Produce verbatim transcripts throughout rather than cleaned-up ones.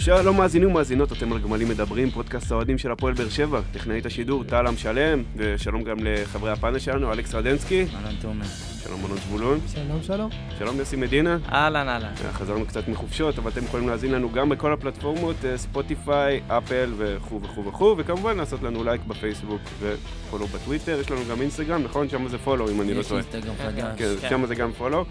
שלום מאזינים ומאזינות, אתם על גמלים מדברים, פודקאסט האוהדים של הפועל באר שבע, טכנאית השידור, טל עם-שלם, ושלום גם לחברי הפאנל שלנו, אלכס רדנסקי. אהלן תומר. שלום מנון זבולון. שלום שלום. שלום יוסי מדינה. אהלן אהלן. חזרנו קצת מחופשות, אבל אתם יכולים להאזין לנו גם בכל הפלטפורמות, ספוטיפיי, אפל וכו' וכו' וכו', וכמובן לעשות לנו לייק בפייסבוק ופולו בטוויטר, יש לנו גם אינסטגרם, נכון? שם זה פולו אם אני לא טועה. יש אינסטגרם חדש. כן, שם זה גם פולו.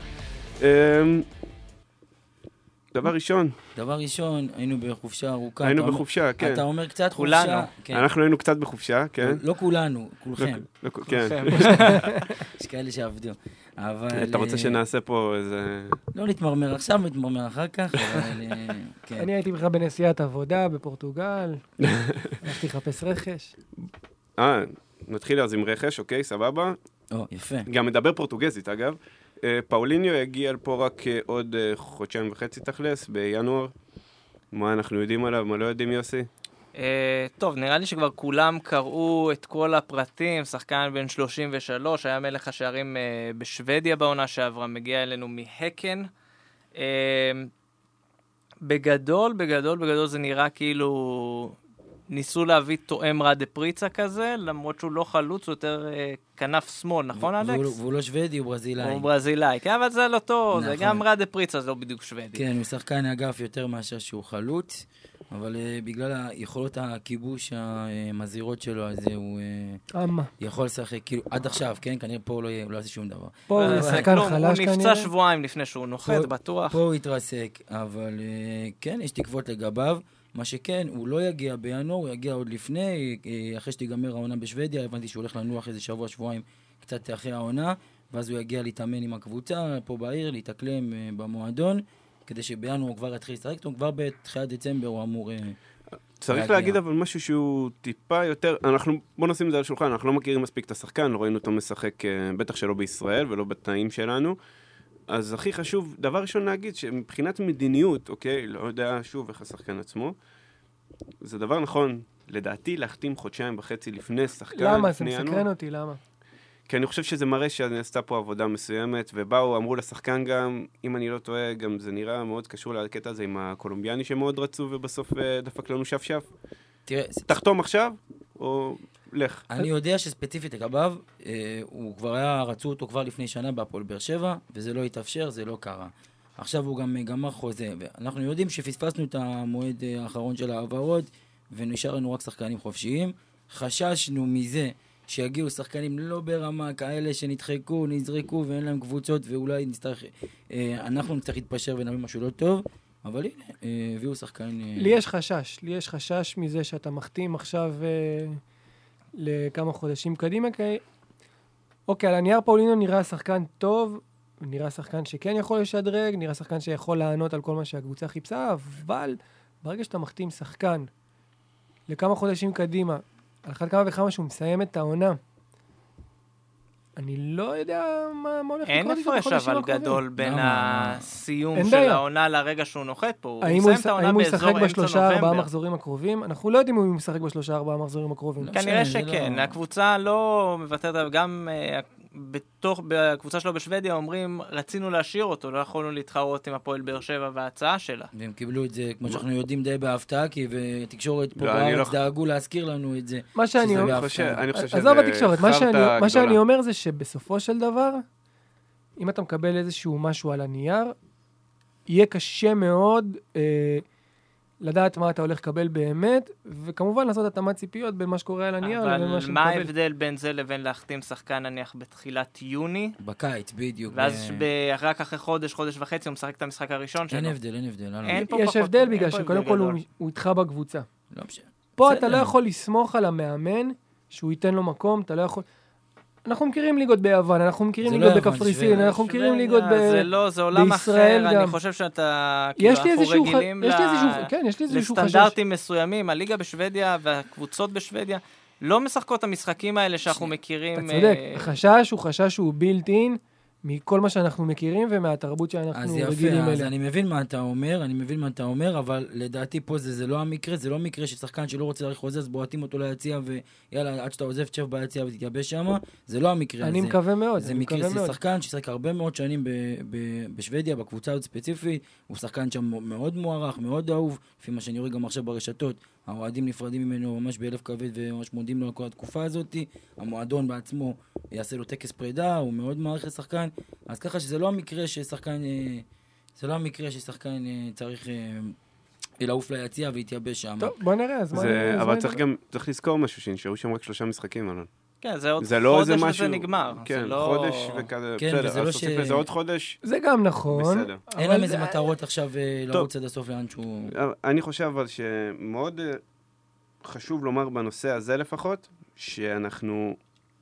דבר ראשון. דבר ראשון, היינו בחופשה ארוכה. היינו בחופשה, כן. אתה אומר קצת חופשה. אנחנו היינו קצת בחופשה, כן. לא כולנו, כולכם. כן. יש כאלה שעבדו. אבל... אתה רוצה שנעשה פה איזה... לא נתמרמר עכשיו, נתמרמר אחר כך, אבל... אני הייתי בכלל בנסיעת עבודה בפורטוגל, הלכתי לחפש רכש. אה, נתחיל אז עם רכש, אוקיי, סבבה. או, יפה. גם מדבר פורטוגזית, אגב. פאוליניו יגיע לפה רק עוד חודשיים וחצי תכלס, בינואר. מה אנחנו יודעים עליו, מה לא יודעים, יוסי? טוב, נראה לי שכבר כולם קראו את כל הפרטים, שחקן בן שלושים ושלוש, היה מלך השערים בשוודיה בעונה שעברה, מגיע אלינו מהקן. בגדול, בגדול, בגדול זה נראה כאילו... ניסו להביא תואם רדה פריצה כזה, למרות שהוא לא חלוץ, הוא יותר אה, כנף שמאל, נכון אלכס? והוא, והוא לא שוודי, הוא ברזילאי. הוא ברזילאי, כן, אבל זה לא טוב, נכון. זה גם רדה פריצה, זה לא בדיוק שוודי. כן, הוא שחקן אגף יותר מאשר שהוא חלוץ, אבל אה, בגלל יכולות הכיבוש המזהירות שלו, אז הוא אה, יכול לשחק, כאילו, עד עכשיו, כן, כנראה פה הוא לא, לא עושה שום דבר. פה הוא שחקן חלש כנראה. הוא נפצע שבועיים לפני שהוא נוחת, בטוח. פה הוא יתרסק, אבל אה, כן, יש תקוות לגביו. מה שכן, הוא לא יגיע בינואר, הוא יגיע עוד לפני, אחרי שתיגמר העונה בשוודיה, הבנתי שהוא הולך לנוח איזה שבוע, שבועיים, קצת אחרי העונה, ואז הוא יגיע להתאמן עם הקבוצה, פה בעיר, להתאקלם במועדון, כדי שבינואר הוא כבר יתחיל להסתרק, כבר בתחילת דצמבר הוא אמור צריך להגיע. להגיד אבל משהו שהוא טיפה יותר, אנחנו, בוא נשים את זה על השולחן, אנחנו לא מכירים מספיק את השחקן, לא ראינו אותו משחק, בטח שלא בישראל ולא בתנאים שלנו, אז הכי חשוב, דבר ראשון להגיד, שמבחינת מדיניות, אוקיי, לא יודע שוב איך השחקן עצמו, זה דבר נכון, לדעתי להחתים חודשיים וחצי לפני שחקן. למה? זה מסקרן אותי, למה? כי אני חושב שזה מראה שנעשתה פה עבודה מסוימת, ובאו, אמרו לשחקן גם, אם אני לא טועה, גם זה נראה מאוד קשור לקטע הזה עם הקולומביאני שמאוד רצו, ובסוף דפק לנו שף שף. תראה, תחתום עכשיו, או... לך. אני יודע שספציפית לגביו, אה, הוא כבר היה, רצו אותו כבר לפני שנה בהפועל באר שבע, וזה לא התאפשר, זה לא קרה. עכשיו הוא גם גמר חוזה, ואנחנו יודעים שפספסנו את המועד האחרון של העברות, ונשאר לנו רק שחקנים חופשיים. חששנו מזה שיגיעו שחקנים לא ברמה, כאלה שנדחקו, נזרקו, ואין להם קבוצות, ואולי נצטרך, אה, אנחנו נצטרך להתפשר ונביא משהו לא טוב, אבל הנה, אה, הביאו שחקן... אה... לי יש חשש, לי יש חשש מזה שאתה מחתים עכשיו... אה... לכמה חודשים קדימה, כי... אוקיי, על הנייר פאולינו נראה שחקן טוב, נראה שחקן שכן יכול לשדרג, נראה שחקן שיכול לענות על כל מה שהקבוצה חיפשה, אבל ברגע שאתה מחתים שחקן לכמה חודשים קדימה, על אחת כמה וכמה שהוא מסיים את העונה, אני לא יודע מה, מה הולך לקרות איתו בחודשים הקרובים. אין הפרש אבל גדול בין הסיום של העונה לרגע שהוא נוחת פה. הוא מסיים את העונה האם הוא באזור ישחק בשלושה ארבעה מחזורים הקרובים? אנחנו לא יודעים אם הוא ישחק בשלושה ארבעה מחזורים הקרובים. כנראה שכן. הקבוצה לא מוותרת, גם בתוך, בקבוצה שלו בשוודיה אומרים, רצינו להשאיר אותו, לא יכולנו להתחרות עם הפועל באר שבע וההצעה שלה. והם קיבלו את זה, כמו שאנחנו יודעים די בהפתעה, כי ותקשורת פה בארץ דאגו להזכיר לנו את זה. מה שאני אומר, עזוב התקשורת, מה שאני אומר זה שבסופו של דבר, אם אתה מקבל איזשהו משהו על הנייר, יהיה קשה מאוד לדעת מה אתה הולך לקבל באמת, וכמובן לעשות התאמת ציפיות בין מה שקורה על הנייר לבין מה שמקבל. אבל מה ההבדל בין זה לבין להחתים שחקן נניח בתחילת יוני? בקיץ, בדיוק. ואז רק אחרי חודש, חודש וחצי הוא משחק את המשחק הראשון שלו. אין הבדל, אין הבדל. יש הבדל בגלל שקודם כל הוא איתך בקבוצה. פה אתה לא יכול לסמוך על המאמן שהוא ייתן לו מקום, אתה לא יכול... אנחנו מכירים ליגות ביוון, אנחנו מכירים ליגות בקפריסין, אנחנו מכירים ליגות בישראל גם. זה לא, זה עולם אחר, אני חושב שאתה, כאילו, אנחנו רגילים לסטנדרטים מסוימים. הליגה בשוודיה והקבוצות בשוודיה לא משחקות את המשחקים האלה שאנחנו מכירים. אתה צודק, החשש הוא חשש שהוא בילט אין, מכל מה שאנחנו מכירים ומהתרבות שאנחנו רגילים אליה. אז אני מבין מה אתה אומר, אני מבין מה אתה אומר, אבל לדעתי פה זה, זה לא המקרה, זה לא מקרה ששחקן שלא רוצה להאריך חוזה, אז בועטים אותו ליציע, ויאללה, עד שאתה עוזב תשב ביציע ותתייבש שם, זה לא המקרה אני הזה. מקווה מאוד, זה מקרה, זה שחקן ששחק הרבה מאוד שנים ב, ב, בשוודיה, בקבוצה הזאת ספציפית, הוא שחקן שם מאוד מוערך, מאוד אהוב, לפי מה שאני רואה גם עכשיו ברשתות, האוהדים נפרדים ממנו ממש באלף כבד וממש מודים לו על כל התקופה הזאת, המועדון בעצמו יעשה לו טקס פרידה, הוא מאוד מעריך לשחקן, אז ככה שזה לא המקרה ששחקן, זה לא המקרה ששחקן צריך לעוף ליציע והתייבש שם. טוב, בוא נראה, אז מה... אבל צריך גם, צריך לזכור משהו, שנשארו שם רק שלושה משחקים, אלון. כן, זה עוד זה לא חודש וזה וזה נגמר. כן, לא... חודש וכזה, כן, בסדר, וזה אז לא תוסיף ש... לזה עוד חודש. זה גם נכון. בסדר. אין להם איזה מטרות עכשיו לרוץ עד הסוף לאן שהוא... אני חושב אבל שמאוד חשוב לומר בנושא הזה לפחות, שאנחנו...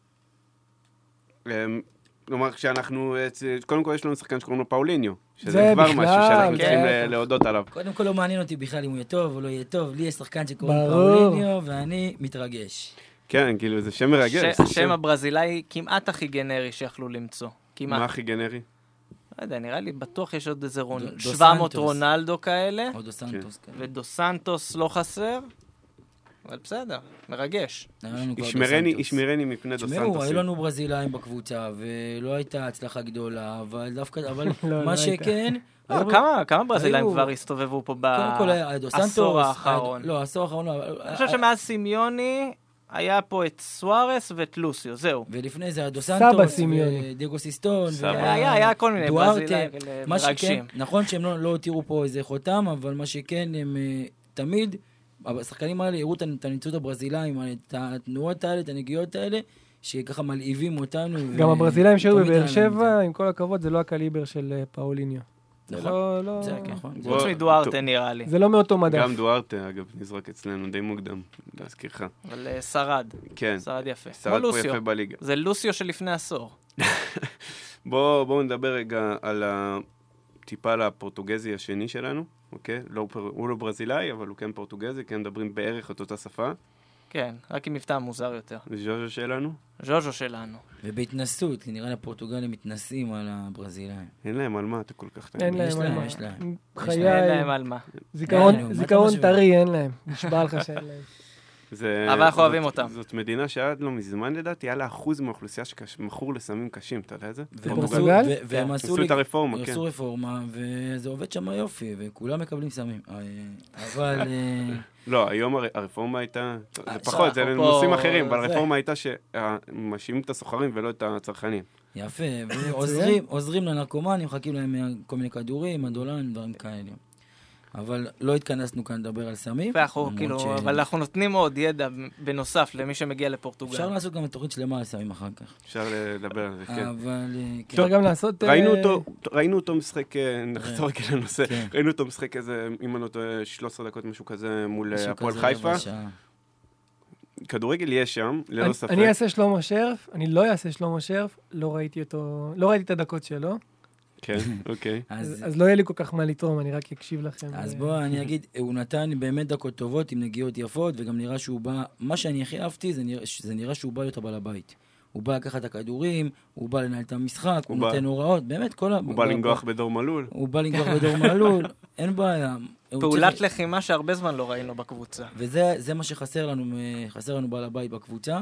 כלומר, כשאנחנו... קודם כל יש לנו שחקן שקוראים לו פאוליניו, שזה כבר משהו שאנחנו צריכים להודות עליו. קודם כל לא מעניין אותי בכלל אם הוא יהיה טוב או לא יהיה טוב, לי יש שחקן שקוראים פאוליניו ואני מתרגש. כן, כאילו זה שם מרגש. השם הברזילאי כמעט הכי גנרי שיכלו למצוא. כמעט. מה הכי גנרי? לא יודע, נראה לי בטוח יש עוד איזה שבע מאות רונלדו כאלה. או דו סנטוס. ודו סנטוס לא חסר. אבל בסדר, מרגש. ישמרני מפני דו סנטוס. שמעו, היו לנו ברזילאים בקבוצה, ולא הייתה הצלחה גדולה, אבל דווקא, אבל מה שכן... כמה ברזילאים כבר הסתובבו פה בעשור האחרון? לא, העשור האחרון... אני חושב שמאז סימיוני היה פה את סוארס ואת לוסיו, זהו. ולפני זה דו סנטוס, דיגו סיסטון, היה, היה כל מיני ברזילאים מרגשים. נכון שהם לא הותירו פה איזה חותם, אבל מה שכן, הם תמיד... השחקנים האלה הראו את הניצות הברזילאים, את התנועות האלה, את הנגיעות האלה, שככה מלהיבים אותנו. גם הברזילאים שהיו בבאר שבע, עם כל הכבוד, זה לא הקליבר של פאוליניו. נכון. זה לא... לא... זה נכון. חוץ מדוארטה נראה לי. זה לא מאותו מדף. גם דוארטה, אגב, נזרק אצלנו די מוקדם, להזכירך. אבל שרד. כן. שרד יפה. שרד פה יפה בליגה. זה לוסיו שלפני עשור. בואו נדבר רגע על הטיפה לפורטוגזי השני שלנו. אוקיי? לא, הוא לא ברזילאי, אבל הוא כן פורטוגזי, כן מדברים בערך את אותה שפה. כן, רק עם מבטא מוזר יותר. ז'וז'ו שלנו? ז'וז'ו שלנו. ובהתנסות, כי נראה לי הפורטוגלים מתנסים על הברזילאים. אין להם על מה, אתה כל כך... אין להם על מה. יש להם. חיי... אין להם על מה. זיכרון טרי אין להם. נשבע לך שאין להם. אבל אנחנו אוהבים אותם. זאת מדינה שעד לא מזמן לדעתי, היה לה אחוז מהאוכלוסייה שמכור לסמים קשים, אתה יודע את זה? בפורטוגל? והם עשו את הרפורמה, כן. עשו רפורמה, וזה עובד שם יופי, וכולם מקבלים סמים. אבל... לא, היום הרפורמה הייתה, זה פחות, זה נושאים אחרים, אבל הרפורמה הייתה שמאשימים את הסוחרים ולא את הצרכנים. יפה, ועוזרים לנרקומנים, מחכים להם כל מיני כדורים, הדולן, דברים כאלה. אבל לא התכנסנו כאן לדבר על סמים. כאילו, אבל אנחנו נותנים עוד ידע בנוסף למי שמגיע לפורטוגל. אפשר לעשות גם תוכנית שלמה על סמים אחר כך. אפשר לדבר על זה, כן. אבל... אפשר גם לעשות... ראינו אותו משחק, נחזור רק אל הנושא, ראינו אותו משחק איזה, אם אני לא טועה, שלוש עשרה דקות, משהו כזה, מול הפועל חיפה. כדורגל יש שם, ללא ספק. אני אעשה שלמה שרף, אני לא אעשה שלמה שרף, לא ראיתי אותו, לא ראיתי את הדקות שלו. כן, אוקיי. אז לא יהיה לי כל כך מה לתרום, אני רק אקשיב לכם. אז בוא, אני אגיד, הוא נתן באמת דקות טובות עם נגיעות יפות, וגם נראה שהוא בא, מה שאני הכי אהבתי, זה נראה שהוא בא להיות הבעל הבית. הוא בא לקחת את הכדורים, הוא בא לנהל את המשחק, הוא נותן הוראות, באמת כל ה... הוא בא לנגוח בדור מלול. הוא בא לנגוח בדור מלול, אין בעיה. פעולת לחימה שהרבה זמן לא ראינו בקבוצה. וזה מה שחסר לנו, חסר לנו בעל הבית בקבוצה.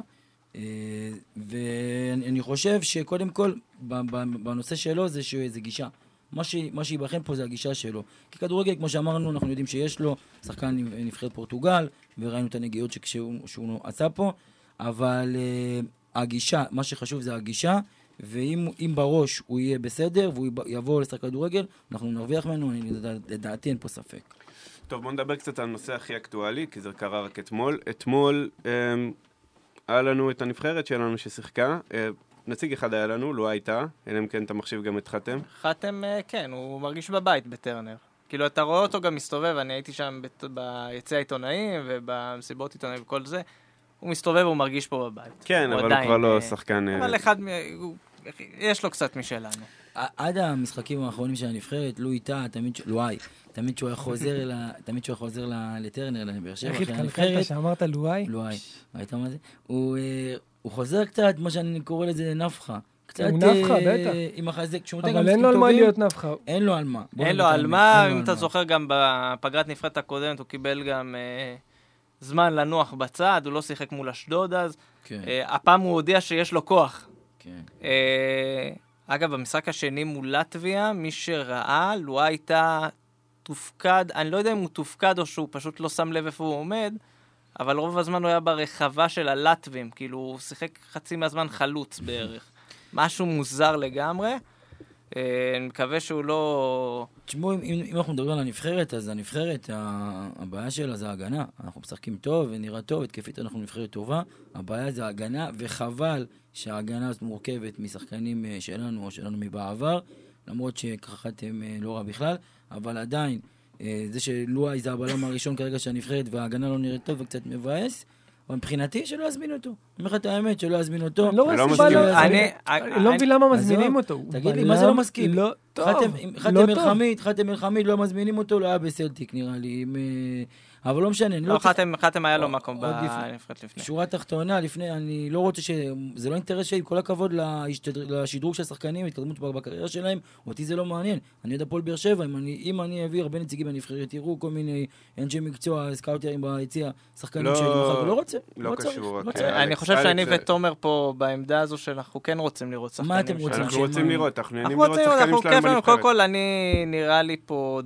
ואני חושב שקודם כל, בנושא שלו זה שזה גישה. מה שיבחן פה זה הגישה שלו. כי כדורגל, כמו שאמרנו, אנחנו יודעים שיש לו שחקן נבחרת פורטוגל, וראינו את הנגיעות שהוא עשה פה, אבל הגישה, מה שחשוב זה הגישה, ואם בראש הוא יהיה בסדר, והוא יבוא לשחק כדורגל, אנחנו נרוויח ממנו, לדעתי אין פה ספק. טוב, בוא נדבר קצת על הנושא הכי אקטואלי, כי זה קרה רק אתמול. אתמול היה לנו את הנבחרת שלנו ששיחקה, נציג אחד היה לנו, לא הייתה, אלא אם כן אתה מחשיב גם את חתם. חתם, כן, הוא מרגיש בבית בטרנר. כאילו, אתה רואה אותו גם מסתובב, אני הייתי שם ביציע העיתונאים ובמסיבות עיתונאים וכל זה, הוא מסתובב והוא מרגיש פה בבית. כן, אבל הוא כבר לא שחקן... אבל אחד, יש לו קצת משלנו. עד המשחקים האחרונים של הנבחרת, לו איתה, לואי, תמיד שהוא חוזר תמיד שהוא חוזר לטרנר, לבאר שבע. איך התחלקלת שאמרת לואי? לואי, ראית מה זה? הוא חוזר קצת, מה שאני קורא לזה נפחה, קצת... הוא נפחה, בטח. עם החזק, כשהוא נותן גם אבל אין לו על מה להיות נפחה. אין לו על מה. אין לו על מה, אם אתה זוכר גם בפגרת נבחרת הקודמת, הוא קיבל גם זמן לנוח בצד, הוא לא שיחק מול אשדוד אז. הפעם הוא הודיע שיש לו כוח. אגב, במשחק השני מול לטביה, מי שראה, לואה הייתה תופקד, אני לא יודע אם הוא תופקד או שהוא פשוט לא שם לב איפה הוא עומד, אבל רוב הזמן הוא היה ברחבה של הלטבים, כאילו הוא שיחק חצי מהזמן חלוץ בערך. משהו מוזר לגמרי. אני מקווה שהוא לא... תשמעו, אם, אם אנחנו מדברים על הנבחרת, אז הנבחרת, הבעיה שלה זה ההגנה. אנחנו משחקים טוב ונראה טוב, התקפית אנחנו נבחרת טובה. הבעיה זה ההגנה, וחבל שההגנה הזאת מורכבת משחקנים שלנו או שלנו מבעבר, למרות שככה אתם לא רע בכלל, אבל עדיין, זה שלואי זה הבלם הראשון כרגע של הנבחרת, וההגנה לא נראית טוב וקצת מבאס, אבל מבחינתי שלא יזמין אותו. אני אומר לך את האמת, שלא יזמין אותו. אני לא מבין למה מזמינים אותו. תגיד לי, מה זה לא מסכים? לא טוב. חתם מלחמית, חתם מלחמית, לא מזמינים אותו, לא היה בסלטיק נראה לי. אבל לא משנה. לא, חתם היה לו מקום בנבחרת לפני. שורה תחתונה, לפני, אני לא רוצה ש... זה לא אינטרס שלי, כל הכבוד לשדרוג של השחקנים, התקדמות בקריירה שלהם, אותי זה לא מעניין. אני יודע פועל באר שבע, אם אני אביא הרבה נציגים בנבחרת, תראו כל מיני אנשי מקצוע, סקאוטרים ביציע, שחקנים שלי, לא רוצה. לא קשור. אני חושב שאני ותומר פה בעמדה הזו שאנחנו כן רוצים לראות שחקנים. מה אתם רוצים? אנחנו רוצים לראות, אנחנו נהנים לראות שחקנים שלנו בנבחרת. קודם כל, אני נראה לי פה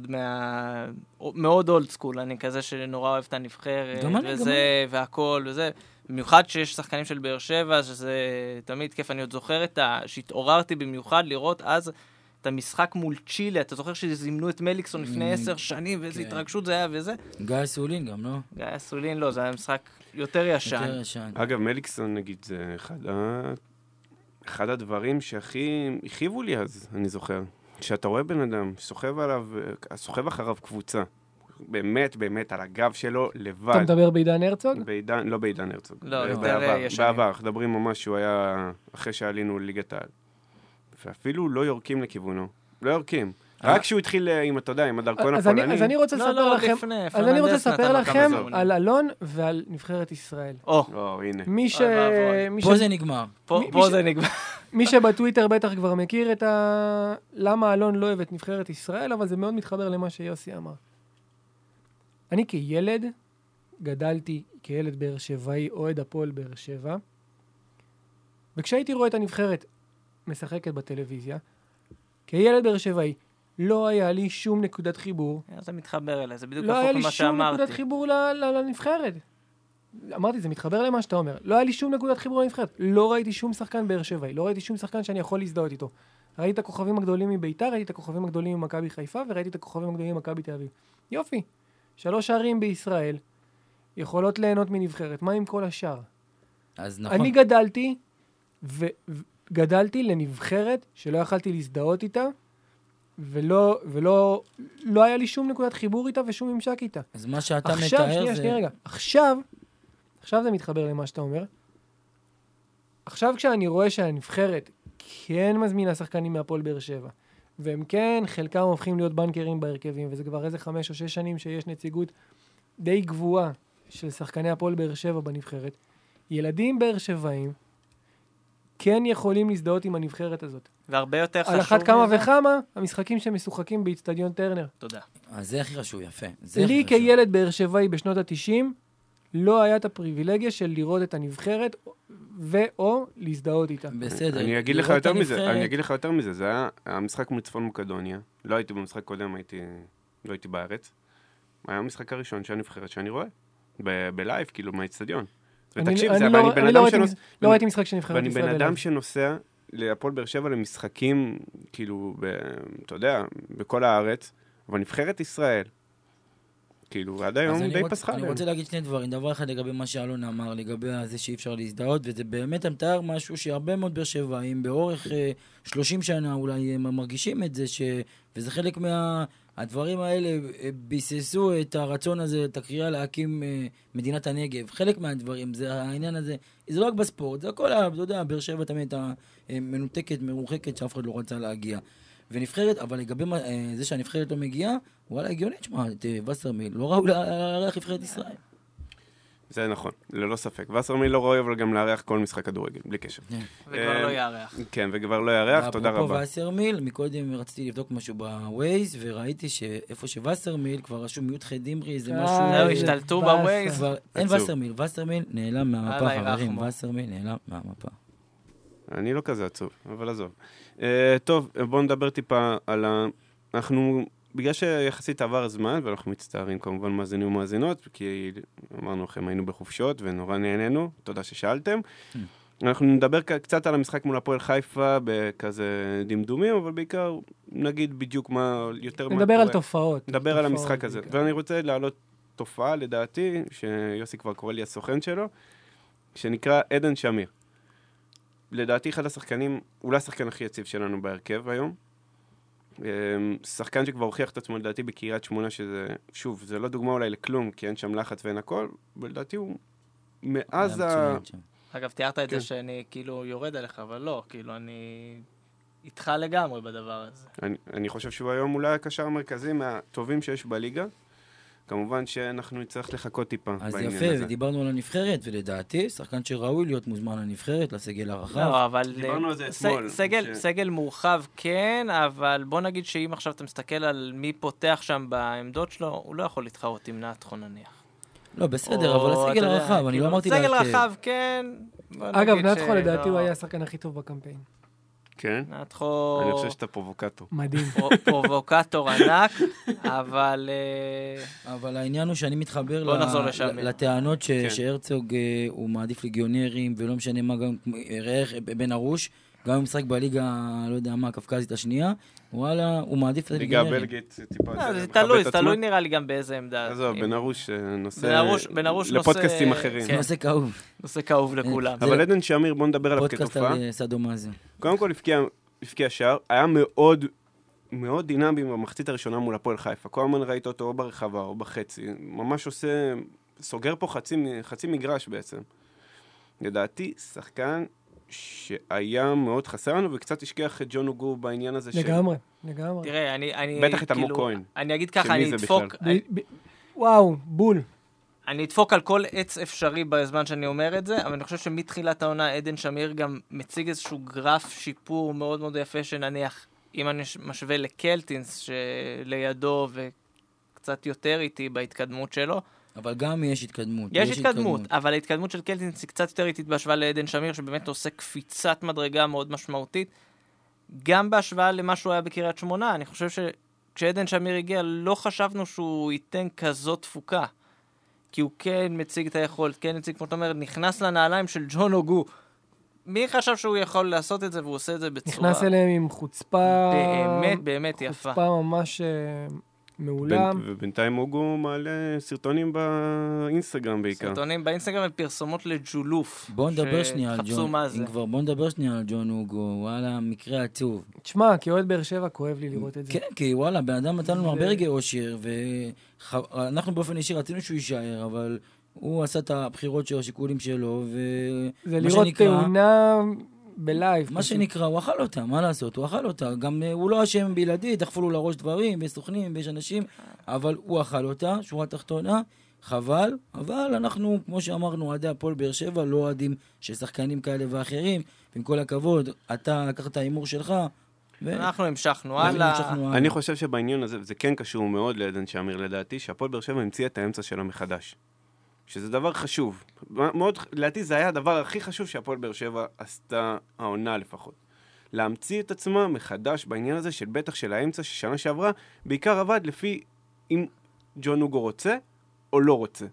מאוד אולד סקול, אני כזה שנורא אוהב את הנבחרת, וזה, והכל, וזה. במיוחד שיש שחקנים של באר שבע, שזה תמיד כיף, אני עוד זוכר את ה... שהתעוררתי במיוחד לראות אז את המשחק מול צ'ילה, אתה זוכר שזימנו את מליקסון לפני עשר שנים, ואיזו התרגשות זה היה וזה? גיא סולין גם, לא? גיא סולין לא, זה היה משחק יותר ישן. יותר ישן. אגב, מליקסון, נגיד, זה אחד, אחד הדברים שהכי הכיבו לי אז, אני זוכר. כשאתה רואה בן אדם, סוחב עליו, סוחב אחריו קבוצה, באמת, באמת, על הגב שלו, לבד. אתה מדבר בעידן הרצוג? בעידן, לא בעידן הרצוג. לא, יותר ישנים. בעבר, מדברים ממש שהוא היה, אחרי שעלינו ליגת העל. ואפילו לא יורקים לכיוונו. לא יורקים. רק כשהוא התחיל, אם אתה יודע, עם הדרכון הפולני. אז אני רוצה לספר לכם, אז אני רוצה לספר לכם על אלון ועל נבחרת ישראל. או, הנה. מי ש... פה זה נגמר. פה זה נגמר. מי שבטוויטר בטח כבר מכיר את ה... למה אלון לא אוהב את נבחרת ישראל, אבל זה מאוד מתחבר למה שיוסי אמר. אני כילד, גדלתי כילד באר שבעי, אוהד הפועל באר שבע, וכשהייתי רואה את הנבחרת משחקת בטלוויזיה, כילד באר שבעי, לא היה לי שום נקודת חיבור. זה מתחבר אליי, זה בדיוק הפוך ממה שאמרתי. לא היה לי שום נקודת חיבור לנבחרת. אמרתי, זה מתחבר למה שאתה אומר. לא היה לי שום נקודת חיבור לנבחרת. לא ראיתי שום שחקן באר שבעי, לא ראיתי שום שחקן שאני יכול להזדהות איתו. ראיתי את הכוכבים הגדולים מביתר, ראיתי את הכוכבים הגדולים ממכבי חיפה, וראיתי את הכוכבים הגדולים ממכבי תל אביב. יופי. שלוש ערים בישראל יכולות ליהנות מנבחרת. מה עם כל השאר? אז נכון. אני גדלתי, וגדלתי לנבחרת שלא יכלתי להזדהות איתה, ולא, ולא, לא היה לי שום נקודת חיבור איתה ושום ממשק איתה. אז מה שאתה מתאר זה... עכשיו, שנייה, שנייה, רגע. עכשיו, עכשיו זה מתחבר למה שאתה אומר. עכשיו כשאני רואה שהנבחרת כן מזמינה שחקנים מהפועל באר שבע, והם כן, חלקם הופכים להיות בנקרים בהרכבים, וזה כבר איזה חמש או שש שנים שיש נציגות די גבוהה של שחקני הפועל באר שבע בנבחרת. ילדים באר שבעים כן יכולים להזדהות עם הנבחרת הזאת. והרבה יותר חשוב. על אחת כמה וכמה, המשחקים שמשוחקים באצטדיון טרנר. תודה. אז זה הכי חשוב, יפה. לי כילד באר שבעי בשנות ה-תשעים, לא היה את הפריבילגיה של לראות את הנבחרת, ו/או להזדהות איתה. בסדר. אני אגיד לך יותר מזה, אני אגיד לך יותר מזה, זה היה המשחק מול צפון מקדוניה, לא הייתי במשחק קודם, הייתי, לא הייתי בארץ, היה המשחק הראשון של הנבחרת שאני רואה, בלייב, כאילו, מהאצטדיון. ותקשיב, אני לא ראיתי משחק של נבחרת ישראל. ואני בן אדם שנוסע להפועל באר שבע למשחקים, כאילו, אתה יודע, בכל הארץ, אבל נבחרת ישראל, כאילו, עד היום די פסחה. אני רוצה להגיד שני דברים. דבר אחד לגבי מה שאלון אמר, לגבי זה שאי אפשר להזדהות, וזה באמת המתאר משהו שהרבה מאוד באר שבעים, באורך שלושים שנה אולי מרגישים את זה, וזה חלק מהדברים האלה, ביססו את הרצון הזה, את הקריאה להקים מדינת הנגב. חלק מהדברים, זה העניין הזה, זה לא רק בספורט, זה הכל, אתה יודע, באר שבע תמיד מנותקת, מרוחקת, שאף אחד לא רצה להגיע. ונבחרת, אבל לגבי זה שהנבחרת לא מגיעה, וואלה, הגיונית, שמה, את וסרמיל, לא ראו לארח נבחרת ישראל. זה נכון, ללא ספק. וסרמיל לא רואה, אבל גם לארח כל משחק כדורגל, בלי קשר. וכבר לא יארח. כן, וכבר לא יארח, תודה רבה. אפרופו וסרמיל, מקודם רציתי לבדוק משהו בווייז, וראיתי שאיפה שווסרמיל כבר רשום מיעוט חדימרי, זה משהו... זהו, השתלטו בווייז. אין וסרמיל, וסרמיל נעלם מהמפה, חברים, וסרמיל נעלם מהמפה. אני לא כזה עצוב, אבל עזוב. טוב, בואו נדבר טיפה על ה... אנחנו... בגלל שיחסית עבר הזמן, ואנחנו מצטערים כמובן מאזינים ומאזינות, כי אמרנו לכם, היינו בחופשות ונורא נהנינו, תודה ששאלתם. אנחנו נדבר קצת על המשחק מול הפועל חיפה, בכזה דמדומים, אבל בעיקר נגיד בדיוק מה יותר... נדבר על תופעות. נדבר על המשחק הזה. ואני רוצה להעלות תופעה, לדעתי, שיוסי כבר קורא לי הסוכן שלו, שנקרא עדן שמיר. לדעתי אחד השחקנים, אולי השחקן הכי יציב שלנו בהרכב היום, שחקן שכבר הוכיח את עצמו לדעתי בקריית שמונה, שזה, שוב, זה לא דוגמה אולי לכלום, כי אין שם לחץ ואין הכל, ולדעתי הוא מאז ה... אגב, תיארת את זה שאני כאילו יורד עליך, אבל לא, כאילו אני איתך לגמרי בדבר הזה. אני, אני חושב שהוא היום אולי הקשר המרכזי מהטובים שיש בליגה, כמובן שאנחנו נצטרך לחכות טיפה אז בעניין יפה, הזה. ודיברנו על הנבחרת, ולדעתי, שחקן שראוי להיות מוזמן לנבחרת, לסגל הרחב. לא, אבל... דיברנו על זה אתמול. סגל, ש... סגל מורחב כן, אבל בוא נגיד שאם עכשיו אתה מסתכל על מי פותח שם בעמדות שלו, הוא לא יכול להתחרות עם נתחון נניח. לא, בסדר, אבל הסגל הרחב, אני לא אמרתי להרכב. סגל רחב כן. אגב, נתחון לדעתי הוא היה השחקן הכי טוב בקמפיין. כן? נתחו... אני חושב שאתה פרובוקטור. מדהים. פרובוקטור ענק, אבל... אבל העניין הוא שאני מתחבר לטענות שהרצוג הוא מעדיף ליגיונרים, ולא משנה מה גם בן ארוש, גם במשחק בליגה, לא יודע מה, הקפקזית השנייה, וואלה, הוא מעדיף את הליגיונרים. ליגה בלגית, טיפה... זה תלוי, זה תלוי נראה לי גם באיזה עמדה. עזוב, בן ארוש נושא... לפודקאסטים אחרים. נושא כאוב. נושא כאוב לכולם. אבל עדן שמיר, בוא נדבר עליו כתופעה. פודקאסט על סדומזיה. קודם כל, הפקיע שער, היה מאוד... מאוד דינמי במחצית הראשונה מול הפועל חיפה. כל הזמן ראית אותו או ברחבה או בחצי. ממש עושה... סוגר פה חצי, חצי מגרש בעצם. לדעתי, שחקן שהיה מאוד חסר לנו, וקצת השכיח את ג'ון אוגו בעניין הזה. לגמרי, לגמרי. תראה, אני... אני בטח את כאילו, אלמוג כהן. אני אגיד ככה, אני אדפוק... ב- ב- וואו, בול. אני אדפוק על כל עץ אפשרי בזמן שאני אומר את זה, אבל אני חושב שמתחילת העונה עדן שמיר גם מציג איזשהו גרף שיפור מאוד מאוד יפה, שנניח, אם אני משווה לקלטינס שלידו וקצת יותר איטי בהתקדמות שלו. אבל גם יש התקדמות. יש, יש התקדמות, התקדמות, אבל ההתקדמות של קלטינס היא קצת יותר איטית בהשוואה לעדן שמיר, שבאמת עושה קפיצת מדרגה מאוד משמעותית. גם בהשוואה למה שהוא היה בקריית שמונה, אני חושב שכשעדן שמיר הגיע, לא חשבנו שהוא ייתן כזאת תפוקה. כי הוא כן מציג את היכולת, כן מציג, כמו אתה אומר, נכנס לנעליים של ג'ון אוגו. מי חשב שהוא יכול לעשות את זה, והוא עושה את זה בצורה... נכנס אליהם עם חוצפה... באמת, באמת יפה. חוצפה ממש מעולם. ובינתיים אוגו מעלה סרטונים באינסטגרם בעיקר. סרטונים באינסטגרם ופרסומות לג'ולוף. בוא נדבר שנייה על ג'ון. מה זה. כבר בוא נדבר שנייה על ג'ון אוגו, וואלה, מקרה עצוב. תשמע, כי אוהד באר שבע כואב לי לראות את זה. כן, כי וואלה, בן אדם נתן לנו הרבה רגעי אושר, ואנחנו באופן אישי רצינו שהוא יישאר, אבל הוא עשה את הבחירות שלו, השיקולים שלו, ו... זה לראות תאונה בלייב. מה שנקרא, הוא אכל אותה, מה לעשות? הוא אכל אותה. גם הוא לא אשם בלעדי, דחפו לו לראש דברים, ויש סוכנים, ויש אנשים, אבל הוא אכל אותה, שורה תחתונה, חבל, אבל אנחנו, כמו שאמרנו, אוהדי הפועל באר שבע, לא אוהדים של שחקנים כאלה ואחרים, ועם כל הכבוד, אתה לקחת את האימור שלך, אנחנו המשכנו הלאה. אני חושב שבעניין הזה, זה כן קשור מאוד לעדן שמיר לדעתי, שהפועל באר שבע המציא את האמצע שלה מחדש. שזה דבר חשוב. מאוד, לדעתי זה היה הדבר הכי חשוב שהפועל באר שבע עשתה העונה לפחות. להמציא את עצמה מחדש בעניין הזה של בטח של האמצע ששנה שעברה, בעיקר עבד לפי אם ג'ון אוגו רוצה או לא רוצה.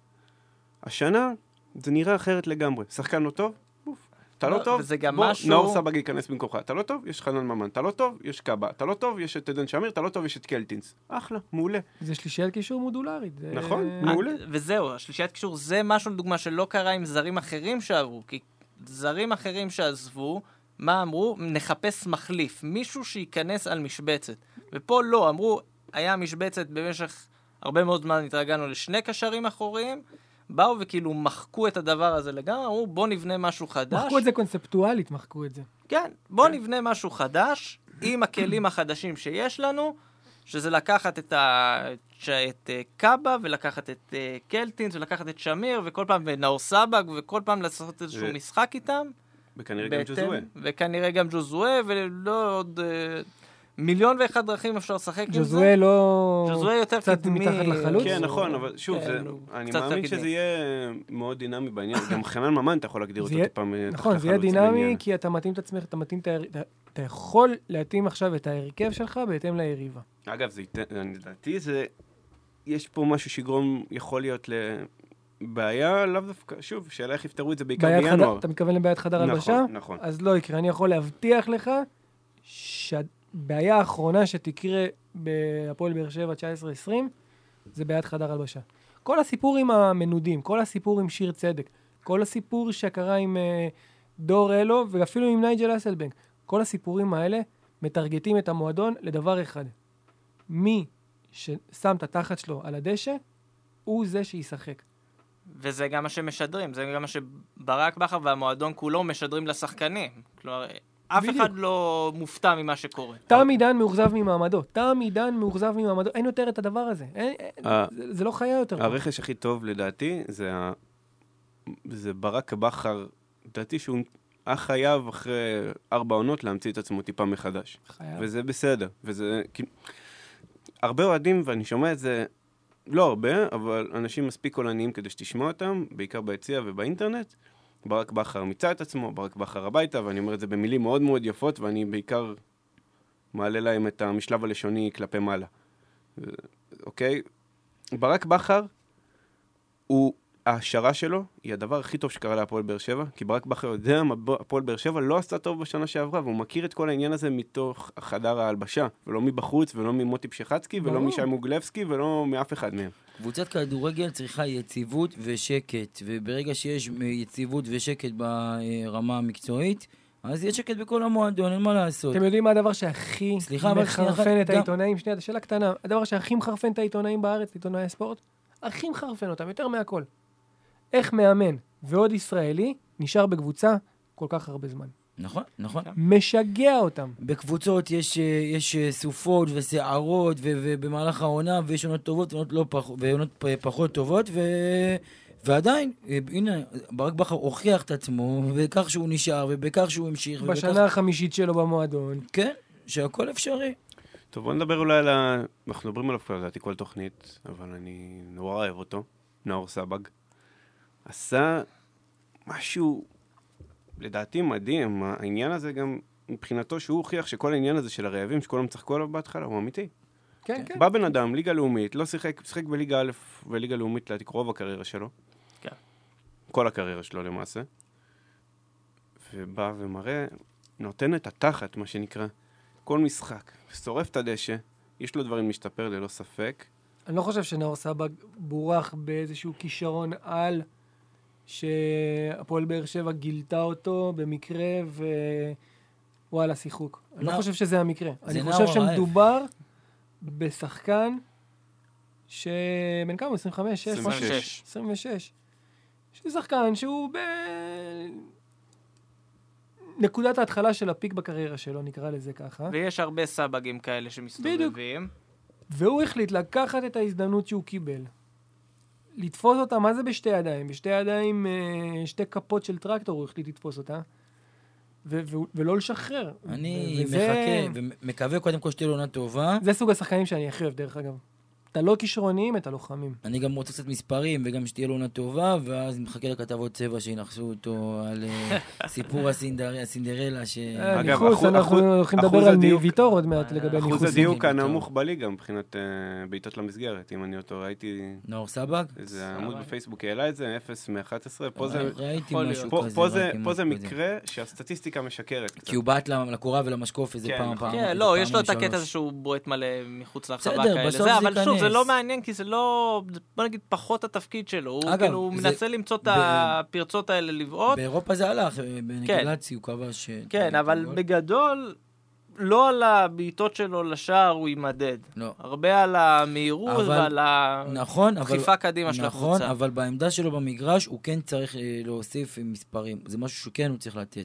השנה זה נראה אחרת לגמרי. שחקן לא טוב? אתה לא טוב? בוא, נאור סבג ייכנס במקומך. אתה לא טוב? יש חנן ממן. אתה לא טוב? יש קאבה. אתה לא טוב? יש את עדן שמיר. אתה לא טוב? יש את קלטינס. אחלה, מעולה. זה שלישיית קישור מודולרית. נכון, מעולה. וזהו, השלישיית קישור זה משהו לדוגמה שלא קרה עם זרים אחרים שעברו. כי זרים אחרים שעזבו, מה אמרו? נחפש מחליף. מישהו שייכנס על משבצת. ופה לא, אמרו, היה משבצת במשך הרבה מאוד זמן, התרגלנו לשני קשרים אחוריים, באו וכאילו מחקו את הדבר הזה לגמרי, אמרו בוא נבנה משהו חדש. מחקו את זה קונספטואלית, מחקו את זה. כן, בוא נבנה משהו חדש, עם הכלים החדשים שיש לנו, שזה לקחת את, ה... את קאבה, ולקחת את קלטינס, ולקחת את שמיר, וכל פעם, ונאור סבג, וכל פעם לעשות איזשהו ו... משחק איתם. וכנראה גם ג'וזואה. וכנראה גם ג'וזואה, ולא עוד... מיליון ואחד דרכים אפשר לשחק עם זה. ג'וזואה לא... ג'וזואה יותר קדמי. מתחת לחלוץ. כן, נכון, אבל שוב, אני מאמין שזה יהיה מאוד דינמי בעניין. גם חנן ממן אתה יכול להגדיר אותו טיפה מתחת לחלוץ. נכון, זה יהיה דינמי, כי אתה מתאים את עצמך, אתה מתאים את ה... אתה יכול להתאים עכשיו את ההרכב שלך בהתאם ליריבה. אגב, לדעתי זה... יש פה משהו שיגרום יכול להיות לבעיה, לאו דווקא, שוב, שאלה איך יפתרו את זה בעיקר בינואר. אתה מתכוון לבעיית חדר הלבשה? נכון, נכון. אז לא יקרה. אני יכול להבטיח לך שהבעיה האחרונה שתקרה בהפועל באר שבע תשע עשרה עשרים, זה בעיית חדר הלבשה. כל הסיפור עם המנודים, כל הסיפור עם שיר צדק, כל הסיפור שקרה עם דור אלו, ואפילו עם נייג'ל אסלבנק, כל הסיפורים האלה מטרגטים את המועדון לדבר אחד. מי ששם את התחת שלו על הדשא, הוא זה שישחק. וזה גם מה שמשדרים, זה גם מה שברק בכר והמועדון כולו משדרים לשחקנים. כלומר, אף אחד לא מופתע ממה שקורה. תם עידן מאוכזב ממעמדו. תם עידן מאוכזב ממעמדו. אין יותר את הדבר הזה. זה לא חיה יותר. הרכש הכי טוב לדעתי, זה ברק בכר, לדעתי שהוא חייב אחרי ארבע עונות להמציא את עצמו טיפה מחדש. וזה בסדר. וזה... הרבה אוהדים, ואני שומע את זה, לא הרבה, אבל אנשים מספיק קולניים כדי שתשמע אותם, בעיקר ביציע ובאינטרנט. ברק בכר מיצה את עצמו, ברק בכר הביתה, ואני אומר את זה במילים מאוד מאוד יפות, ואני בעיקר מעלה להם את המשלב הלשוני כלפי מעלה. אוקיי? ברק בכר, הוא, ההשערה שלו, היא הדבר הכי טוב שקרה להפועל באר שבע, כי ברק בכר יודע מה הפועל באר שבע לא עשתה טוב בשנה שעברה, והוא מכיר את כל העניין הזה מתוך חדר ההלבשה, ולא מבחוץ, ולא ממוטי פשחצקי, ולא משי מוגלבסקי, ולא מאף אחד מהם. קבוצת כדורגל צריכה יציבות ושקט, וברגע שיש יציבות ושקט ברמה המקצועית, אז יש שקט בכל המועדון, אין מה לעשות. אתם יודעים מה הדבר שהכי מחרפן את העיתונאים? שנייה, שאלה קטנה. הדבר שהכי מחרפן את העיתונאים בארץ, עיתונאי הספורט, הכי מחרפן אותם, יותר מהכל. איך מאמן ועוד ישראלי נשאר בקבוצה כל כך הרבה זמן. נכון, נכון. משגע אותם. בקבוצות יש, יש סופות וסערות, ובמהלך העונה, ויש עונות טובות ועונות לא פח, ועונות פחות טובות, ו... ועדיין, הנה, ברק בכר הוכיח את עצמו, בכך שהוא נשאר, ובכך שהוא המשיך. בשנה ובכך... החמישית שלו במועדון. כן, שהכל אפשרי. טוב, בוא נדבר אולי על ה... אנחנו מדברים עליו כבר, לדעתי כל תוכנית, אבל אני נורא אוהב אותו, נאור סבג. עשה משהו, לדעתי מדהים, העניין הזה גם מבחינתו שהוא הוכיח שכל העניין הזה של הרעבים, שכולם צחקו עליו בהתחלה, הוא אמיתי. כן, כן. בא בן אדם, ליגה לאומית, לא שיחק, שיחק בליגה א' וליגה לאומית, לדעתי רוב הקריירה שלו. כן. כל הקריירה שלו למעשה. ובא ומראה, נותן את התחת, מה שנקרא, כל משחק, שורף את הדשא, יש לו דברים להשתפר ללא ספק. אני לא חושב שנאור סבג בורח באיזשהו כישרון על, שהפועל באר שבע גילתה אותו במקרה, ווואלה, שיחוק. אני לא חושב שזה המקרה. אני חושב שמדובר בשחקן שבן כמה? עשרים וחמש? עשרים ושש. עשרים ושש. ששחקן שהוא בנקודת ההתחלה של הפיק בקריירה שלו, נקרא לזה ככה. ויש הרבה סבגים כאלה שמסתובבים. והוא החליט לקחת את ההזדמנות שהוא קיבל. לתפוס אותה, מה זה בשתי ידיים? בשתי ידיים, שתי כפות של טרקטור, הוא החליט לתפוס אותה. ו- ו- ולא לשחרר. אני וזה... מחכה ומקווה קודם כל שתהיה לו עונה טובה. זה סוג השחקנים שאני הכי אוהב, דרך אגב. אתה לא כישרוניים, אתה לוחמים. אני גם רוצה קצת מספרים, וגם שתהיה לו עונה טובה, ואז מחכה לכתבות צבע שינחסו אותו על סיפור הסינדרלה. ש... ניחוס, אנחנו הולכים לדבר על ויטור עוד מעט לגבי ניחוס. אחוז הדיוק הנמוך בליגה מבחינת בעיטות למסגרת, אם אני אותו ראיתי... נאור סבג? איזה עמוד בפייסבוק העלה את זה, אפס מאחת עשרה. ראיתי משהו כזה. פה זה מקרה שהסטטיסטיקה משקרת. כי הוא בעט לקורה ולמשקוף איזה פעם פעם. כן, לא, יש לו את הקטע הזה שהוא בועט מלא מחוץ לרחבה כאלה. אבל שוב, זה לא מעניין, כי זה לא, בוא נגיד, פחות התפקיד שלו. הוא כאילו מנסה למצוא את הפרצות האלה לבעוט. באירופה זה הלך, בנגלצי הוא קבע ש... כן, אבל בגדול, לא על הבעיטות שלו לשער הוא יימדד. הרבה על המהירות ועל הדחיפה קדימה של הקבוצה. נכון, אבל בעמדה שלו במגרש הוא כן צריך להוסיף מספרים. זה משהו שכן הוא צריך לתת.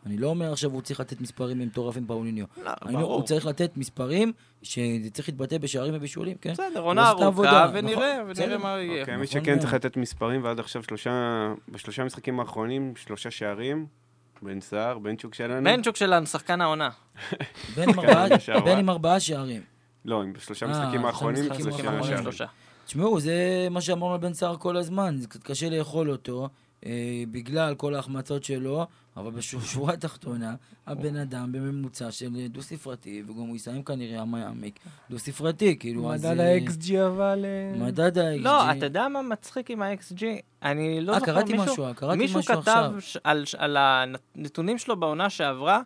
אני לא אומר עכשיו הוא צריך לתת מספרים מטורפים פאוליניו. לא, אני אומר, הוא צריך לתת מספרים שזה צריך להתבטא בשערים ובישולים, כן? בסדר, עונה ארוכה, ונראה, ונראה מה יהיה. אוקיי, מי שכן צריך לתת מספרים, ועד עכשיו שלושה, בשלושה משחקים האחרונים, שלושה שערים, בן סער, בנצ'וק שלנו. בנצ'וק שלנו, שחקן העונה. בין עם ארבעה שערים. לא, עם בשלושה משחקים האחרונים, שלושה שערים. תשמעו, זה מה שאמרנו על בן סער כל הזמן, זה קצת קשה לאכול אותו, בגלל כל ההחמצות שלו, אבל בשורה התחתונה, הבן אדם בממוצע של דו ספרתי, וגם הוא יסיים כנראה המעמיק, דו ספרתי, כאילו... מדד ה-אקס ג'י אבל... מדד ה-אקס ג'י... לא, אתה יודע מה מצחיק עם ה-אקס ג'י? אני לא זוכר, קראתי משהו, קראתי משהו עכשיו. מישהו כתב על הנתונים שלו בעונה שעברה,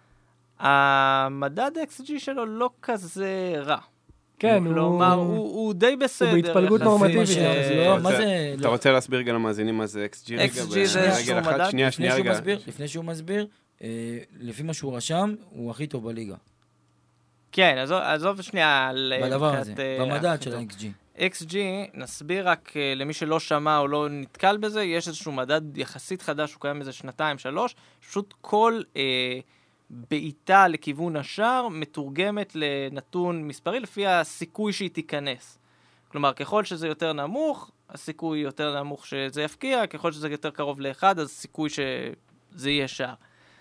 המדד ה-אקס ג'י שלו לא כזה רע. כן, הוא... כלומר, הוא די בסדר. הוא בהתפלגות נורמטיבית. אתה רוצה להסביר גם למאזינים מה זה אקס ג'י? אקס ג'י זה איזשהו מדד? שנייה, שנייה רגע. לפני שהוא מסביר, לפי מה שהוא רשם, הוא הכי טוב בליגה. כן, עזוב שנייה. בדבר הזה, במדד של ה-אקס ג'י. אקס ג'י, נסביר רק למי שלא שמע או לא נתקל בזה, יש איזשהו מדד יחסית חדש, הוא קיים איזה שנתיים, שלוש, פשוט כל... בעיטה לכיוון השער מתורגמת לנתון מספרי לפי הסיכוי שהיא תיכנס. כלומר, ככל שזה יותר נמוך, הסיכוי יותר נמוך שזה יפקיע, ככל שזה יותר קרוב לאחד, אז הסיכוי שזה יהיה שער.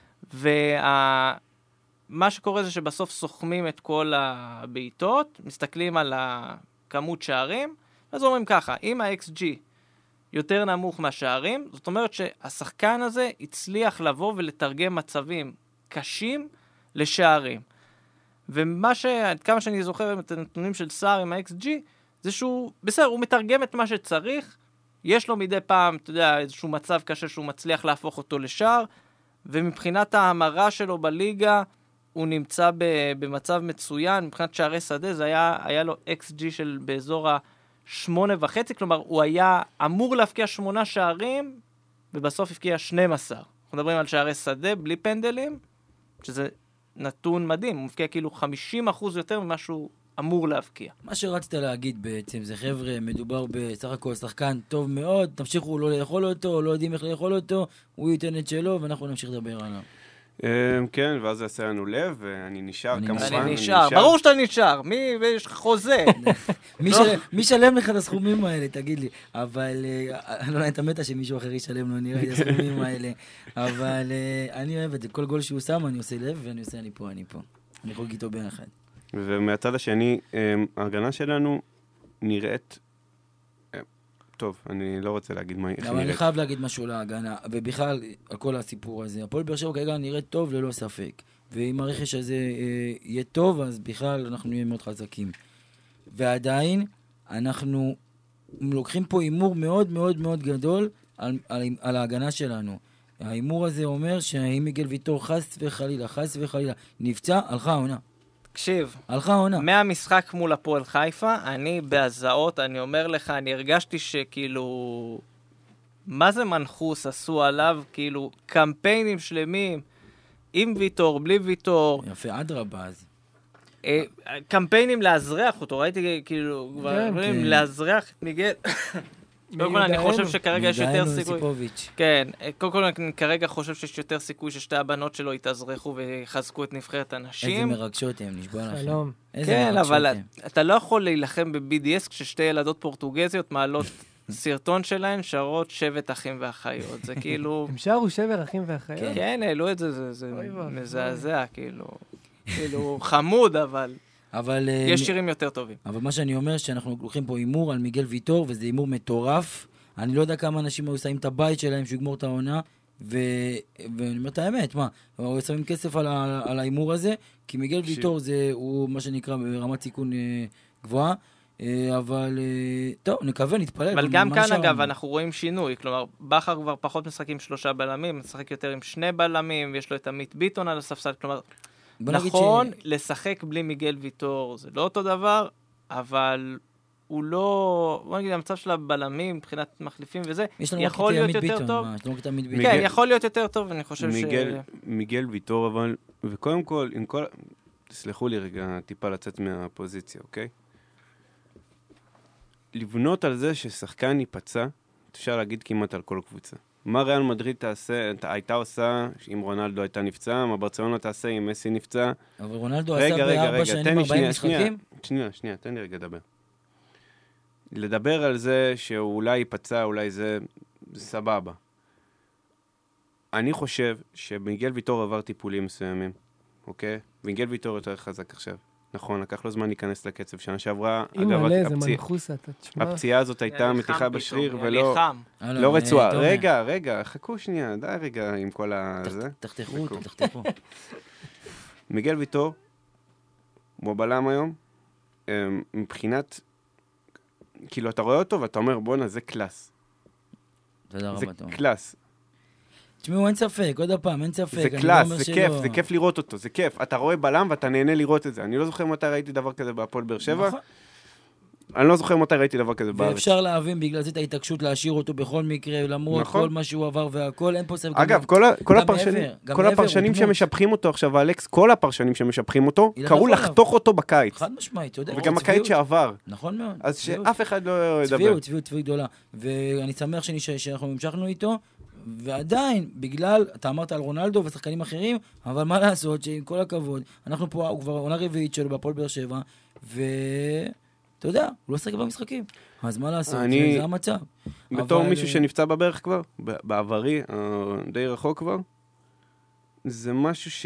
ומה שקורה זה שבסוף סוכמים את כל הבעיטות, מסתכלים על הכמות שערים, אז אומרים ככה, אם ה-אקס ג'י יותר נמוך מהשערים, זאת אומרת שהשחקן הזה הצליח לבוא ולתרגם מצבים קשים לשערים. ומה ש... כמה שאני זוכר את הנתונים של סער עם ה-אקס ג'י, זה שהוא, בסדר, הוא מתרגם את מה שצריך, יש לו מדי פעם, אתה יודע, איזשהו מצב קשה שהוא מצליח להפוך אותו לשער, ומבחינת ההמרה שלו בליגה, הוא נמצא במצב מצוין, מבחינת שערי שדה, זה היה, היה לו אקס ג'י של באזור השמונה וחצי, כלומר, הוא היה אמור להפקיע שמונה שערים, ובסוף הפקיע שנים עשר. אנחנו מדברים על שערי שדה, בלי פנדלים, שזה נתון מדהים, הוא מפקיע כאילו חמישים אחוז יותר ממה שהוא אמור להפקיע. מה שרצית להגיד בעצם, זה חבר'ה, מדובר בסך הכל שחקן טוב מאוד, תמשיכו לא לאכול אותו, לא יודעים איך לאכול אותו, הוא ייתן את שלו, ואנחנו נמשיך לדבר עליו. כן, ואז זה עשה לנו לב, ואני נשאר כמובן. אני נשאר, ברור שאתה נשאר, מי, יש חוזה. מי שלם לך את הסכומים האלה, תגיד לי, אבל, אני לא יודע, אתה מתה שמישהו אחר ישלם לו, נראה את הסכומים האלה, אבל אני אוהב את זה, כל גול שהוא שם, אני עושה לב, ואני עושה אני פה, אני פה. אני חוג איתו ביחד. ומהצד השני, ההגנה שלנו נראית... טוב, אני לא רוצה להגיד מה... אבל אני חייב להגיד משהו להגנה, ובכלל, על כל הסיפור הזה. הפועל באר שבע כרגע נראית טוב ללא ספק. ואם הרכש הזה אה, יהיה טוב, אז בכלל אנחנו נהיה מאוד חזקים. ועדיין, אנחנו לוקחים פה אימור מאוד מאוד מאוד גדול על, על, על ההגנה שלנו. האימור הזה אומר שאם מיגל ויטור חס וחלילה, חס וחלילה, נפצע, הלכה העונה. תקשיב, הלכה העונה. מהמשחק מול הפועל חיפה, אני בהזעות, אני אומר לך, אני הרגשתי שכאילו, מה זה מנחוס עשו עליו, כאילו, קמפיינים שלמים, עם ויטור, בלי ויטור. יפה, עד רבה אז. קמפיינים להזרח אותו, ראיתי כאילו, כבר אומרים, להזרח את מיגל. קודם כל אני חושב שכרגע יש יותר סיכוי. כן, קודם כל אני כרגע חושב שיש יותר סיכוי ששתי הבנות שלו יתאזרחו ויחזקו את נבחרת הנשים. איזה מרגשות הם, נשבע לכם. שלום. כן, אבל אתה לא יכול להילחם ב-בי די אס כששתי ילדות פורטוגזיות מעלות סרטון שלהן, שרות שבט אחים ואחיות. זה כאילו... הם שרו שבר אחים ואחיות? כן, העלו את זה, זה מזעזע, כאילו... כאילו חמוד, אבל... אבל... יש שירים יותר טובים. אבל מה שאני אומר, שאנחנו לוקחים פה אימור על מיגל ויטור, וזה אימור מטורף. אני לא יודע כמה אנשים היו שמים את הבית שלהם שיגמור את העונה, ו... ואני אומר את האמת, מה? היו שמים כסף על, ה... על האימור הזה, כי מיגל ש... ויטור זה, הוא מה שנקרא ברמת סיכון אה, גבוהה, אה, אבל אה, טוב, נקווה, נתפלל. אבל גם כאן, אגב, אנחנו רואים שינוי, כלומר, בכר כבר פחות משחקים שלושה בלמים, משחק יותר עם שני בלמים, ויש לו את עמית ביטון על הספסל, כלומר... נכון, ש... לשחק בלי מיגל ויטור זה לא אותו דבר, אבל הוא לא, בוא נגיד, המצב של הבלמים מבחינת מחליפים וזה, יכול להיות יותר ביטון, טוב. מה, מיגל... כן, יכול להיות יותר טוב, אני חושב מיגל, ש... מיגל ויטור, אבל, וקודם כל, עם כל... תסלחו לי רגע, טיפה לצאת מהפוזיציה, אוקיי? לבנות על זה ששחקן ייפצע, אפשר להגיד כמעט על כל קבוצה. מה ריאל מדריד תעשה, הייתה עושה אם רונלדו הייתה נפצע, מה ברצלונה תעשה אם מסי נפצע. אבל רונלדו עשה בארבע שנים ארבעים משחקים? שנייה, שנייה, תן לי רגע לדבר. לדבר על זה שאולי ייפצע, אולי זה סבבה. אני חושב שמיגל ויטור עבר טיפולים מסוימים, אוקיי? מיגל ויטור יותר חזק עכשיו. נכון, לקח לו זמן להיכנס לקצב. שנה שעברה, אגב, מלא, זה מנחוסה, אתה תשמע. הפציעה הזאת הייתה מתיחה בשריר ולא... לא רצועה. רגע, רגע, חכו שנייה, די רגע עם כל ה... תחתכו אותו, תחתכו. מיגל ויטור, הוא בלם היום, מבחינת... כאילו, אתה רואה אותו ואתה אומר, בוא'נה, זה קלאס. תודה רבה, תומר. זה קלאס. תשמעו, אין ספק, עוד הפעם, אין ספק. זה קלאס, זה כיף, זה כיף לראות אותו, זה כיף. אתה רואה בלם ואתה נהנה לראות את זה. אני לא זוכר מתי ראיתי דבר כזה בהפועל באר שבע. נכון. אני לא זוכר מתי ראיתי דבר כזה בארץ. ואפשר להבין בגלל זה את ההתעקשות להשאיר אותו בכל מקרה, למרות כל מה שהוא עבר והכל, אין פה ספק. אגב, כל הפרשנים שמשבחים אותו עכשיו, אלכס, כל הפרשנים שמשבחים אותו, קראו לחתוך אותו בקיץ. חד משמעית, יודע. וגם הקיץ שעבר. נכון מאוד. אז שאף אחד לא ידבר. צביעות, צביעות, צביעות גדולה. ואני שמח שאנחנו המשכנו איתו, ועדיין, בגלל, אתה אמרת על רונלדו ושחקנים אחרים, אבל מה לעשות שעם כל הכבוד, אנחנו פה, הוא כבר עונה רביעית שלו בהפועל באר שבע, ואתה יודע, הוא לא שחק במשחקים. אז מה לעשות, אני... זה המצב. בתור אבל... מישהו שנפצע בברך כבר, בעברי, די רחוק כבר, זה משהו ש...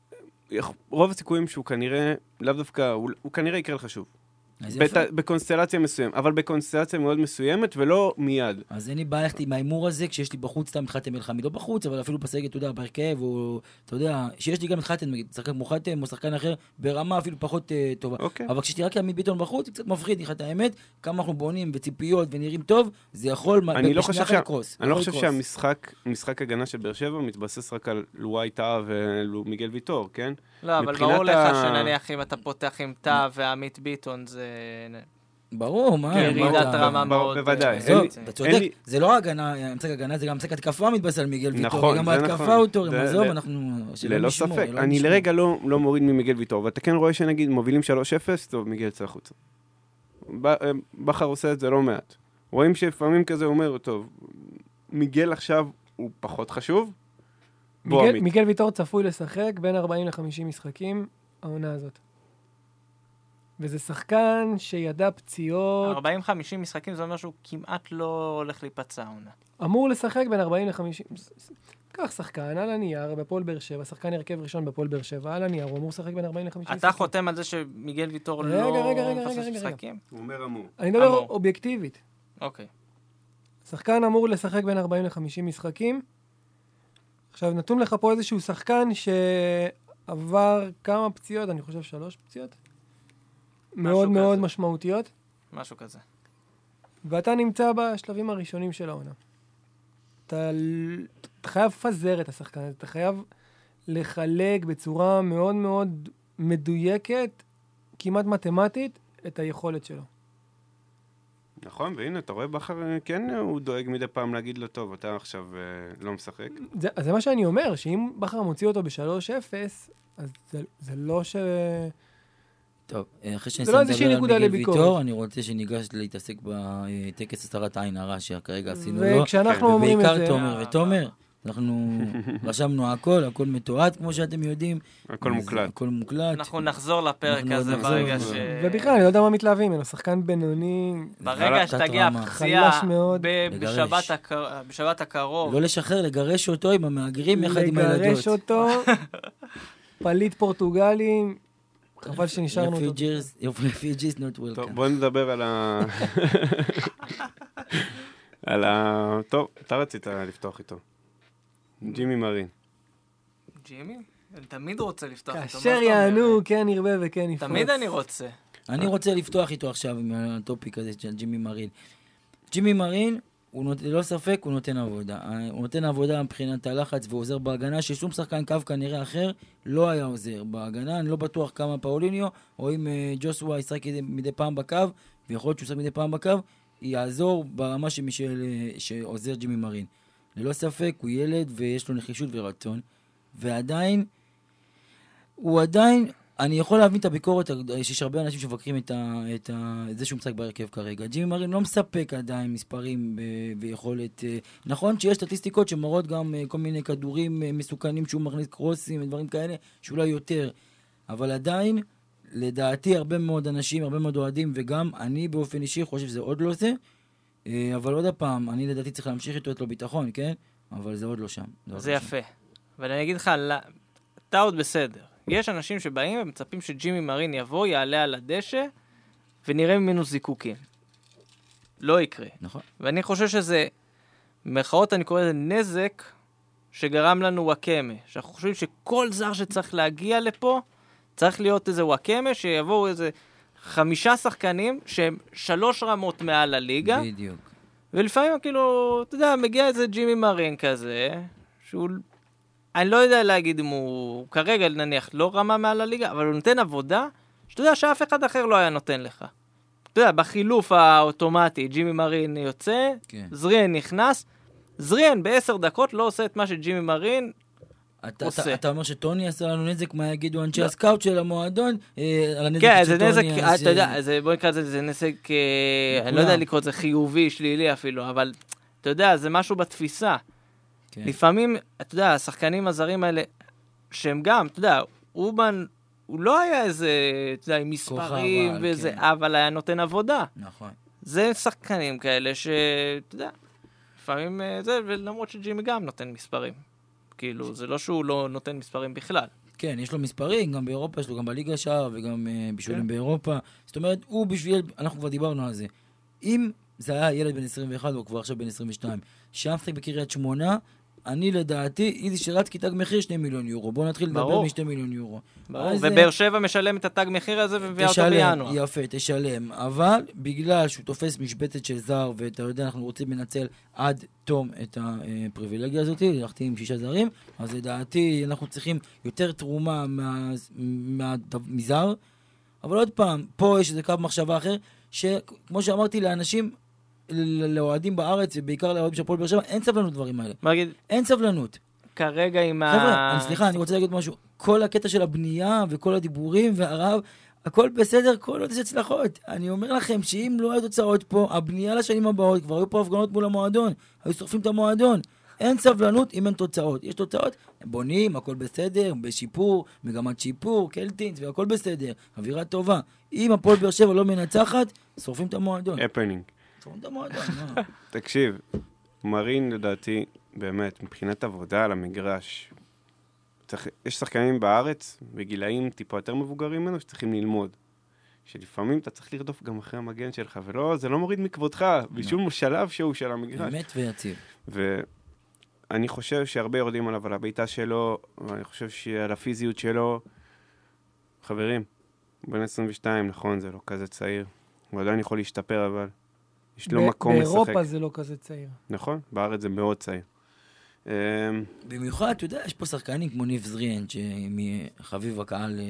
רוב הסיכויים שהוא כנראה, לאו דווקא, הוא, הוא כנראה יקרה לך שוב. בת... בקונסטלציה מסוימת, אבל בקונסטלציה מאוד מסוימת ולא מיד. אז אין לי בעיה עם האימור הזה, כשיש לי בחוץ, סתם מתחתם אל חמי, לא בחוץ, אבל אפילו בסגל, אתה יודע, בהרכב, או, אתה יודע, שיש לי גם מתחתם, נגיד, שחקן כמו חתם, או שחקן אחר, ברמה אפילו פחות uh, טובה. Okay. אבל כשיש לי רק עמית ביטון בחוץ, זה קצת מפחיד, לך את האמת, כמה אנחנו בונים וציפיות ונראים טוב, זה יכול אני לא חושב, שה... קרוס, אני לא חושב שהמשחק, משחק הגנה של באר שבע מתבסס רק על לואי טאה ומיגל ויטור, כן? לא, אבל ברור לך שנניח אם אתה פותח עם טאה ועמית ביטון, זה... ברור, מה? ירידת רמה מאוד... בוודאי. אתה צודק, זה לא הגנה, משחק הגנה, זה גם משחק התקפה מתבסס על מיגל ויטור. נכון, זה נכון. גם ההתקפה הוא טוב, עזוב, אנחנו... ללא ספק, אני לרגע לא מוריד ממיגל ויטור, ואתה כן רואה שנגיד מובילים שלוש אפס, טוב, מיגל צא החוצה. בכר עושה את זה לא מעט. רואים שלפעמים כזה אומר, טוב, מיגל עכשיו הוא פחות חשוב, מיגל ויטור צפוי לשחק בין ארבעים לחמישים משחקים, העונה הזאת. וזה שחקן שידע פציעות... ארבעים חמישים משחקים זה אומר שהוא כמעט לא הולך להיפצע עונה. אמור לשחק בין ארבעים לחמישים... כך שחקן, על הנייר, בפועל באר שבע, שחקן הרכב ראשון בפועל באר שבע, על הנייר, הוא אמור לשחק בין ארבעים לחמישים משחקים. אתה חותם על זה שמיגל ויטור לא מפסס משחקים? הוא אומר אמור. אני מדבר אובייקטיבית. אוקיי. שחקן אמור לשחק בין ארבעים לחמישים משחקים. עכשיו, נתון לך פה איזשהו שחקן שעבר כמה פציעות, אני חושב שלוש פציעות. מאוד מאוד משמעותיות. משהו כזה. ואתה נמצא בשלבים הראשונים של העונה. אתה, אתה חייב לפזר את השחקן הזה, אתה חייב לחלק בצורה מאוד מאוד מדויקת, כמעט מתמטית, את היכולת שלו. נכון, והנה, אתה רואה בכר, כן, הוא דואג מדי פעם להגיד לו, טוב, אתה עכשיו לא משחק. זה, זה מה שאני אומר, שאם בכר מוציא אותו ב-שלוש אפס, אז זה, זה לא ש... טוב, אחרי שאני שם לדבר על מיגל ויטור, אני רוצה שניגש להתעסק בטקס הסתרת עין הרע שכרגע עשינו לו. וכשאנחנו אומרים את זה... ובעיקר תומר ותומר, אנחנו רשמנו הכל, הכל מתועד, כמו שאתם יודעים. הכל מוקלט. הכל מוקלט. אנחנו נחזור לפרק הזה ברגע ש... ובכלל, אני לא יודע מה מתלהבים ממנו, שחקן בינוני... ברגע שתגיע הפציעה בשבת הקרוב. לא לשחרר, לגרש אותו עם המהגרים יחד עם הילדות. לגרש אותו, פליט פורטוגלי... חבל שנשארנו אותו. Refugees not welcome. טוב, בוא נדבר על ה... על ה... טוב, אתה רצית לפתוח איתו. ג'ימי מרין. ג'ימי? אני תמיד רוצה לפתוח איתו. כאשר יענו, כן ירבה וכן יפרוץ. תמיד אני רוצה. אני רוצה לפתוח איתו עכשיו עם הטופיק הזה של ג'ימי מרין. ג'ימי מרין, ללא ספק, הוא נותן עבודה. הוא נותן עבודה מבחינת הלחץ ועוזר בהגנה, ששום שחקן קו כנראה אחר לא היה עוזר בהגנה. אני לא בטוח כמה פאוליניו, או אם ג'וסווה ישחק מדי פעם בקו, ויכול להיות שהוא ישחק מדי פעם בקו, יעזור ברמה שמישל, שעוזר ג'ימי מרין. ללא ספק, הוא ילד ויש לו נחישות ורצון, ועדיין, הוא עדיין, אני יכול להבין את הביקורת, שיש הרבה אנשים שמבקרים את, ה, את, ה, את זה שהוא משחק בהרכב כרגע. ג'ימי מרין לא מספק עדיין מספרים ויכולת. נכון שיש סטטיסטיקות שמראות גם כל מיני כדורים מסוכנים שהוא מכניס קרוסים ודברים כאלה, שאולי יותר. אבל עדיין, לדעתי, הרבה מאוד אנשים, הרבה מאוד אוהדים, וגם אני באופן אישי חושב שזה עוד לא זה. אבל עוד הפעם, אני לדעתי צריך להמשיך איתו את לו ביטחון, כן? אבל זה עוד לא שם. זה, זה יפה. ואני אגיד לך, אתה עוד בסדר. יש אנשים שבאים ומצפים שג'ימי מרין יבוא, יעלה על הדשא, ונראה ממנו זיקוקים. לא יקרה. נכון. ואני חושב שזה, במרכאות אני קורא לזה נזק, שגרם לנו וואקמה. שאנחנו חושבים שכל זר שצריך להגיע לפה, צריך להיות איזה וואקמה, שיבואו איזה חמישה שחקנים, שהם שלוש רמות מעל הליגה. בדיוק. ולפעמים כאילו, אתה יודע, מגיע איזה ג'ימי מרין כזה, שהוא... אני לא יודע להגיד אם הוא כרגע נניח לא רמה מעל הליגה, אבל הוא נותן עבודה שאתה יודע שאף אחד אחר לא היה נותן לך. אתה יודע, בחילוף האוטומטי, ג'ימי מרין יוצא, כן. זריאן נכנס, זריאן בעשר דקות לא עושה את מה שג'ימי מרין אתה, עושה. אתה, אתה אומר שטוני עשה לנו נזק, מה יגידו אנשי לא. הסקאוט של המועדון, אה, על הנזק כן, של זה נזק, טוני. אז... אתה יודע, זה, בוא נקרא את זה, זה נזק, אה, אני לא יודע לקרוא את זה חיובי, שלילי אפילו, אבל אתה יודע, זה משהו בתפיסה. כן. לפעמים, אתה יודע, השחקנים הזרים האלה, שהם גם, אתה יודע, אובן, הוא לא היה איזה, אתה יודע, עם מספרים אבל, וזה, כן. אבל היה נותן עבודה. נכון. זה שחקנים כאלה ש, אתה יודע, לפעמים זה, ולמרות שג'ימי גם נותן מספרים. כאילו, זה לא שהוא לא נותן מספרים בכלל. כן, יש לו מספרים, גם באירופה, יש לו גם בליגה שער, וגם uh, בשבילים כן. באירופה. זאת אומרת, הוא בשביל, אנחנו כבר דיברנו על זה. אם זה היה ילד בן עשרים ואחת, או כבר עכשיו בן עשרים ושתיים, שהמשחק בקריית שמונה, אני לדעתי, איזי שרצקי תג מחיר שני מיליון יורו. בואו נתחיל לדבר משני מיליון יורו. ברור, ובאר שבע משלם את התג מחיר הזה ומביאה אותו בינואר. יפה, תשלם. אבל בגלל שהוא תופס משבצת של זר, ואתה יודע, אנחנו רוצים לנצל עד תום את הפריבילגיה הזאת, הלכתי עם שישה זרים, אז לדעתי אנחנו צריכים יותר תרומה מזר. אבל עוד פעם, פה יש איזה קו מחשבה אחר, שכמו שאמרתי לאנשים, לאוהדים בארץ, ובעיקר לאוהדים של הפועל באר שבע, אין סבלנות דברים האלה. מגיד, אין סבלנות. כרגע עם ה... חבר'ה, אני, סליחה, אני רוצה להגיד משהו. כל הקטע של הבנייה וכל הדיבורים והרב, הכל בסדר, כל עוד יש הצלחות. אני אומר לכם שאם לא היו תוצאות פה, הבנייה לשנים הבאות, כבר היו פה הפגנות מול המועדון, היו שורפים את המועדון. אין סבלנות אם אין תוצאות. יש תוצאות, בונים, הכל בסדר, בשיפור, מגמת שיפור, קלטינס, והכל בסדר. אווירה טובה. אם הפועל באר שבע לא מנצחת, שורפים את המועדון. הפנינג. תקשיב, מרין לדעתי, באמת, מבחינת עבודה על המגרש, צריך, יש שחקנים בארץ, בגילאים טיפה יותר מבוגרים ממנו, שצריכים ללמוד. שלפעמים אתה צריך לרדוף גם אחרי המגן שלך, ולא, זה לא מוריד מכבודך, בשום שלב שהוא של המגרש. באמת ויציב. ואני חושב שהרבה יורדים עליו, על הביתה שלו, ואני חושב שעל הפיזיות שלו, חברים, בן עשרים ושתיים, נכון, זה לא כזה צעיר. הוא עדיין יכול להשתפר, אבל... יש לו מקום לשחק. באירופה זה לא כזה צעיר. נכון, בארץ זה מאוד צעיר. במיוחד, אתה יודע, יש פה שחקנים כמו ניב זריאן, שחביב הקהל,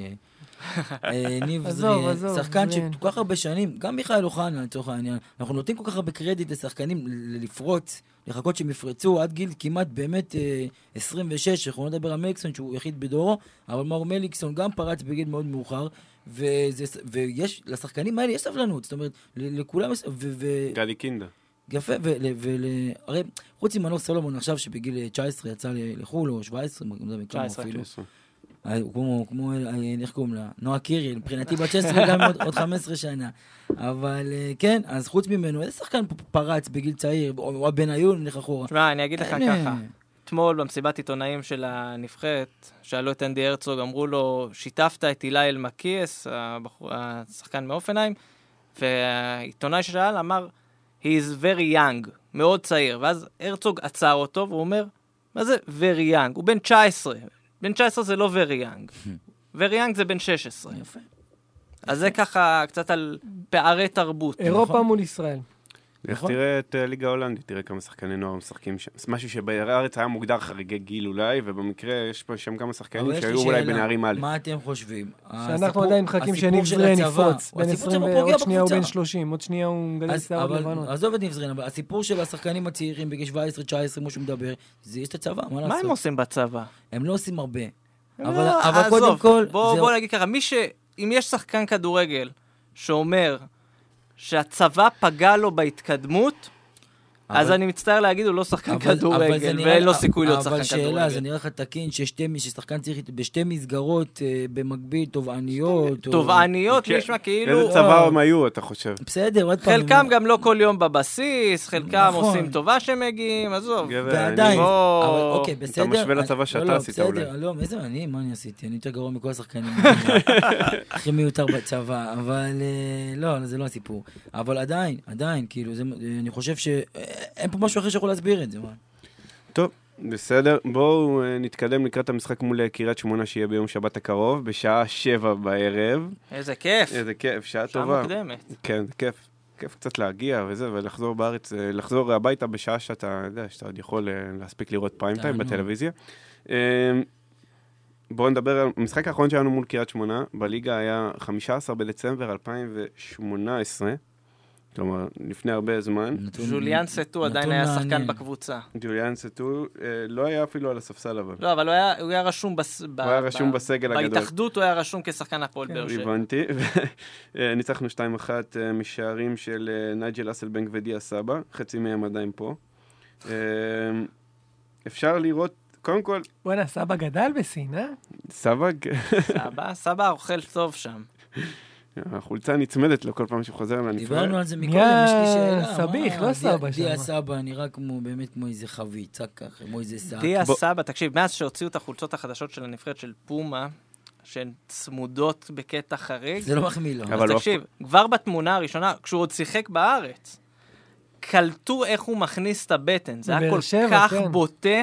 ניב זריאן, שחקן שכל כך הרבה שנים, גם מיכאל אוחנה לצורך העניין, אנחנו נותנים כל כך הרבה קרדיט לשחקנים לפרוץ, לחכות שהם יפרצו עד גיל כמעט באמת עשרים ושש, אנחנו לא נדבר על מליקסון שהוא יחיד בדורו, אבל מר מליקסון גם פרץ בגיל מאוד מאוחר, וזה, ויש, לשחקנים האלה יש סבלנות, זאת אומרת, לכולם, ו, ו... גלי קינדה. יפה, ול, הרי, חוץ ממנור סולומון עכשיו שבגיל תשע עשרה יצא לחול, או שבע עשרה, תשע עשרה, כמו, כמו, איך קוראים לה? נועה קירי, מבחינתי בת שש עשרה גם עוד, עוד חמש עשרה שנה. אבל כן, אז חוץ ממנו, איזה שחקן פרץ בגיל צעיר, או הבניון, נלך אחורה. תשמע, אני אגיד לך ככה. אתמול במסיבת עיתונאים של הנבחרת, שאלו את אנדי הרצוג, אמרו לו, שיתפת את אילי אלמקיאס, השחקן מאופנהיים, והעיתונאי ששאל אמר, he is very young, מאוד צעיר, ואז הרצוג עצר אותו, והוא אומר, מה זה very young? הוא בן תשע עשרה, בן תשע עשרה זה לא very young, very young זה בן שש עשרה. יפה. אז זה ככה קצת על פערי תרבות. אירופה מול ישראל. לך תראה את ליגה ההולנדית, תראה כמה שחקני נוער משחקים שם. משהו שבארץ היה מוגדר חריגי גיל אולי, ובמקרה יש פה שם כמה שחקנים שהיו אולי בנערים א'. מה אתם חושבים? שאנחנו עדיין מחכים שניב זריאן יפרוץ. בן עשרים ועוד שנייה הוא בן שלושים, עוד שנייה הוא מגלה שיערות לבנות. עזוב את ניב זריאן, אבל הסיפור של השחקנים הצעירים בגיל שבע עשרה תשע עשרה, כמו שהוא מדבר, זה יש את הצבא, מה לעשות? מה הם עושים בצבא? הם לא עושים הרבה. אבל קודם כל... בוא נגיד ככה, מי ש... אם יש שחקן כדורגל שאומר שהצבא פגע לו בהתקדמות, אז אני מצטער להגיד, הוא לא שחקן כדורגל, ואין לו סיכוי להיות שחקן כדורגל. אבל שאלה, זה נראה לך תקין ששחקן צריך בשתי מסגרות במקביל, תובעניות. תובעניות, נשמע כאילו... איזה צבא הם היו, אתה חושב? בסדר, עוד פעם. חלקם גם לא כל יום בבסיס, חלקם עושים טובה שהם מגיעים, עזוב. ועדיין, אוקיי, בסדר. אתה משווה לצבא שאתה עשית אולי. לא, איזה אני, מה אני עשיתי? אני יותר גרוע מכל השחקנים. הכי מיותר בצבא, אבל לא, זה לא הסיפור. אבל עדיין, עדיין, כאילו, אני חושב ש... אין פה משהו אחר שיכול להסביר את זה. טוב, בסדר. בואו נתקדם לקראת המשחק מול קריית שמונה שיהיה ביום שבת הקרוב, בשעה שבע בערב. איזה כיף. איזה כיף, שעה טובה. שעה מוקדמת. כן, זה כיף. כיף קצת להגיע וזה, ולחזור בארץ, לחזור הביתה בשעה שאתה, יודע, שאתה עוד יכול להספיק לראות פריים טיים בטלוויזיה. בואו נדבר על המשחק האחרון שלנו מול קריית שמונה, בליגה היה חמישה עשר בדצמבר אלפיים שמונה עשרה. כלומר, לפני הרבה זמן. ג'וליאן סטו עדיין היה שחקן בקבוצה. ג'וליאן סטו לא היה אפילו על הספסל, אבל. לא, אבל הוא היה רשום בסגל הגדול. בהתאחדות הוא היה רשום כשחקן הפועל באר שבע. הבנתי. ניצחנו שתיים אחת משערים של נייג'ל אסלבנק ודיה סבא, חצי מהם עדיין פה. אפשר לראות, קודם כל... בוא'נה, סבא גדל בסין, אה? סבא? סבא, סבא אוכל טוב שם. החולצה נצמדת לו כל פעם שהוא חוזר לנפרד. דיברנו על זה מקודם, יש לי שאלה. סביך, לא סבא שם. דיה סבא נראה כמו, באמת כמו איזה חביצה ככה, כמו איזה סאק. דיה סבא, תקשיב, מאז שהוציאו את החולצות החדשות של הנפרד של פומה, שהן צמודות בקטע חריג. זה לא מחמיא לו. אז תקשיב, כבר בתמונה הראשונה, כשהוא עוד שיחק בארץ, קלטו איך הוא מכניס את הבטן. זה היה כל כך בוטה.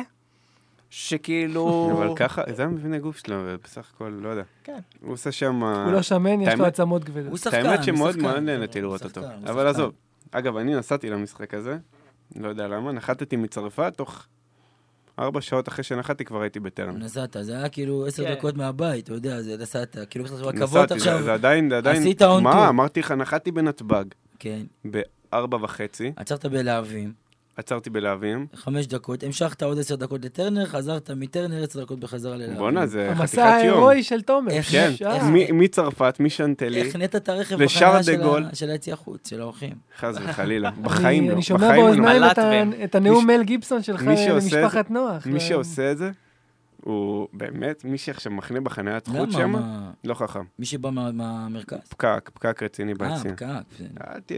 שכאילו... אבל ככה, זה המבנה גוף שלו, בסך הכל, לא יודע. כן. הוא עושה שם... הוא לא שמן, יש לו עצמות כבדות. הוא שחקן, האמת שמאוד מאוד נהניתי לראות אותו. אבל עזוב. אגב, אני נסעתי למשחק הזה, לא יודע למה, נחתתי מצרפת, תוך ארבע שעות אחרי שנחתי כבר הייתי בטרן. נסעת, זה היה כאילו עשר דקות מהבית, אתה יודע, זה נסעת, כאילו נסעתי, זה עדיין, זה עדיין... עשית אונטו. מה, אמרתי לך, נחתי בנתב"ג. כן. בארבע וחצי. עצרת בלהבים. עצרתי בלהבים. חמש דקות, המשכת עוד עשר דקות לטרנר, חזרת מטרנר עשר דקות בחזרה ללהבים. בוא'נה, זה חתיכת יום. המסע ההירואי של תומר. כן, מצרפת, משנטלי. הכנית את הרכב בחנה של היציאה חוץ, של האורחים. חז וחלילה, בחיים לא. אני שומע באוזניים את הנאום מל גיבסון שלך למשפחת נוח. מי שעושה את זה, הוא באמת, מי שעכשיו מכנה בחניית חוץ שם, לא חכם. מי שבא מהמרכז? פקק, פקק רציני ביציאה. אה, פקק.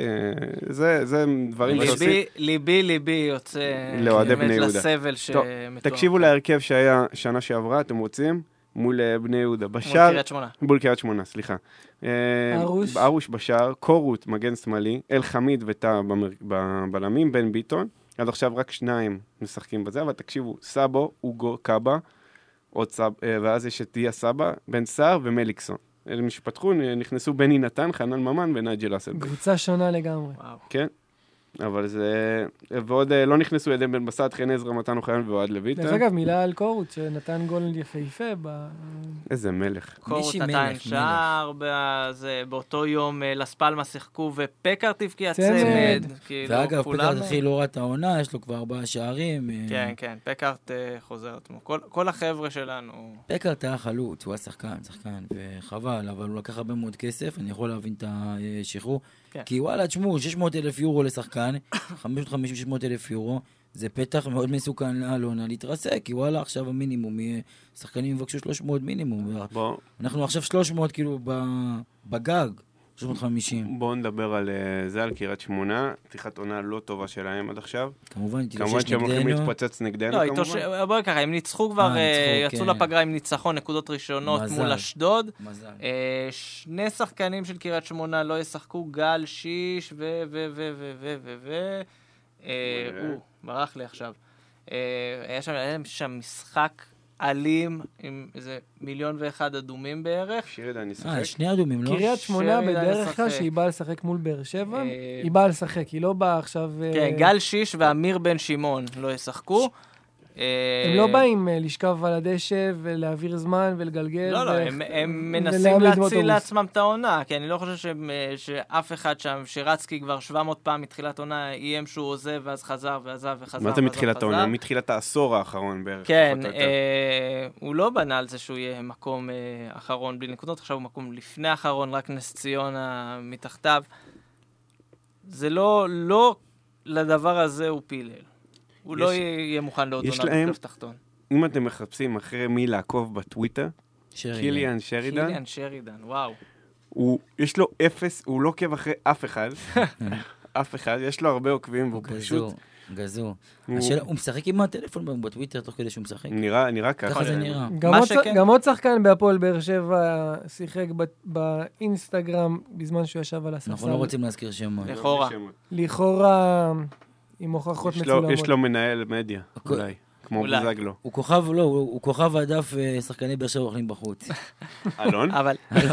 זה דברים שעושים. ליבי, ליבי יוצא לאוהדי בני יהודה. לסבל שמתואר. תקשיבו להרכב שהיה שנה שעברה, אתם רוצים? מול בני יהודה. בשער... מול קריית שמונה. מול קריית שמונה, סליחה. ארוש. ארוש בשער, קורות, מגן שמאלי, אל חמיד וטא בבלמים, בן ביטון. עד עכשיו רק שניים משחקים בזה, אבל תקשיבו, סאבו, אוגו, קאבה, עוד סאב, ואז יש את דיה סבא, בן סער ומליקסון. אלה משפתחו, נכנסו בני נתן, חנן ממן ונייג'ל אסלבנק. קבוצה שונה לגמרי. כן, אבל זה... ועוד לא נכנסו ידי בן בסט, חן עזרא, מתן אוחיון ואוהד לויטה. דרך אגב, מילה על קורות, שנתן גול יפהפה ב... איזה מלך. קורות נתן שער, באותו יום לספלמה שיחקו, ופקארט הבקיע צמד. ואגב, פקארט הכי לא ראה את העונה, יש לו כבר ארבעה שערים. כן, כן, פקארט חוזר עצמו. כל החבר'ה שלנו... פקארט היה חלוץ, הוא היה שחקן, שחקן, וחבל, אבל הוא לקח הרבה מאוד כסף, אני יכול להבין את השחרור. כי וואלה, תשמעו, שש מאות אלף יורו לשחקן, חמש מאות וחמישים עד שש מאות אלף יורו, זה פתח מאוד מסוכן לאלונה להתרסק, כי וואלה, עכשיו המינימום יהיה, שחקנים יבקשו שלוש מאות מינימום. בוא. אנחנו עכשיו שלוש מאות כאילו בגג, שלוש מאות וחמישים. בואו נדבר על זה, על קריית שמונה, פתיחת עונה לא טובה שלהם עד עכשיו. כמובן, כמובן שהם הולכים להתפוצץ נגדנו, לא, כמובן. בואי ככה, הם ניצחו כבר, יצאו לפגרה עם ניצחון נקודות ראשונות מול אשדוד. מזל. שני שחקנים של קריית שמונה לא ישחקו, גל שיש ו... ו... ו... ו... ו... ו... ו... הוא, ברח לי עכשיו. היה שם משחק אלים עם איזה מיליון ואחד אדומים בערך. שירדה נשחק. אה, שני אדומים, לא? קריית שמונה בדרך כלל שהיא באה לשחק מול באר שבע, היא באה לשחק, היא לא באה עכשיו... כן, גל שיש ואמיר בן שמעון לא ישחקו. הם לא באים לשכב על הדשא ולהעביר זמן ולגלגל. לא, לא, הם מנסים להציל לעצמם את העונה, כי אני לא חושב שאף אחד שם, שרצקי כבר שבע מאות פעם מתחילת עונה, איים שהוא עוזב, ואז חזר, ועזב, וחזר, מה זה מתחילת העונה? מתחילת העשור האחרון בערך. כן, הוא לא בנה על זה שהוא יהיה מקום אחרון בלי נקודות, עכשיו הוא מקום לפני האחרון, רק נס ציונה מתחתיו. זה לא, לא לדבר הזה הוא פילל. הוא לא יהיה מוכן לעוד עונה בפלייאוף תחתון. אם אתם מחפשים אחרי מי לעקוב בטוויטר, קיליאן שרידן. קיליאן שרידן, וואו. יש לו אפס, הוא לא עוקב אחרי אף אחד. אף אחד, יש לו הרבה עוקבים, והוא פשוט... גזור. הוא משחק עם הטלפון בטוויטר תוך כדי שהוא משחק. נראה ככה. ככה זה נראה. גם עוד שחקן בהפועל באר שבע שיחק באינסטגרם בזמן שהוא ישב על הספסל. אנחנו לא רוצים להזכיר שמות. לכאורה. לכאורה עם הוכחות מצולמות. יש לו מנהל מדיה, אולי. כמו בוזגלו. הוא כוכב, לא, הוא כוכב הדף שחקני באר שבע אוכלים בחוץ. אלון? אבל...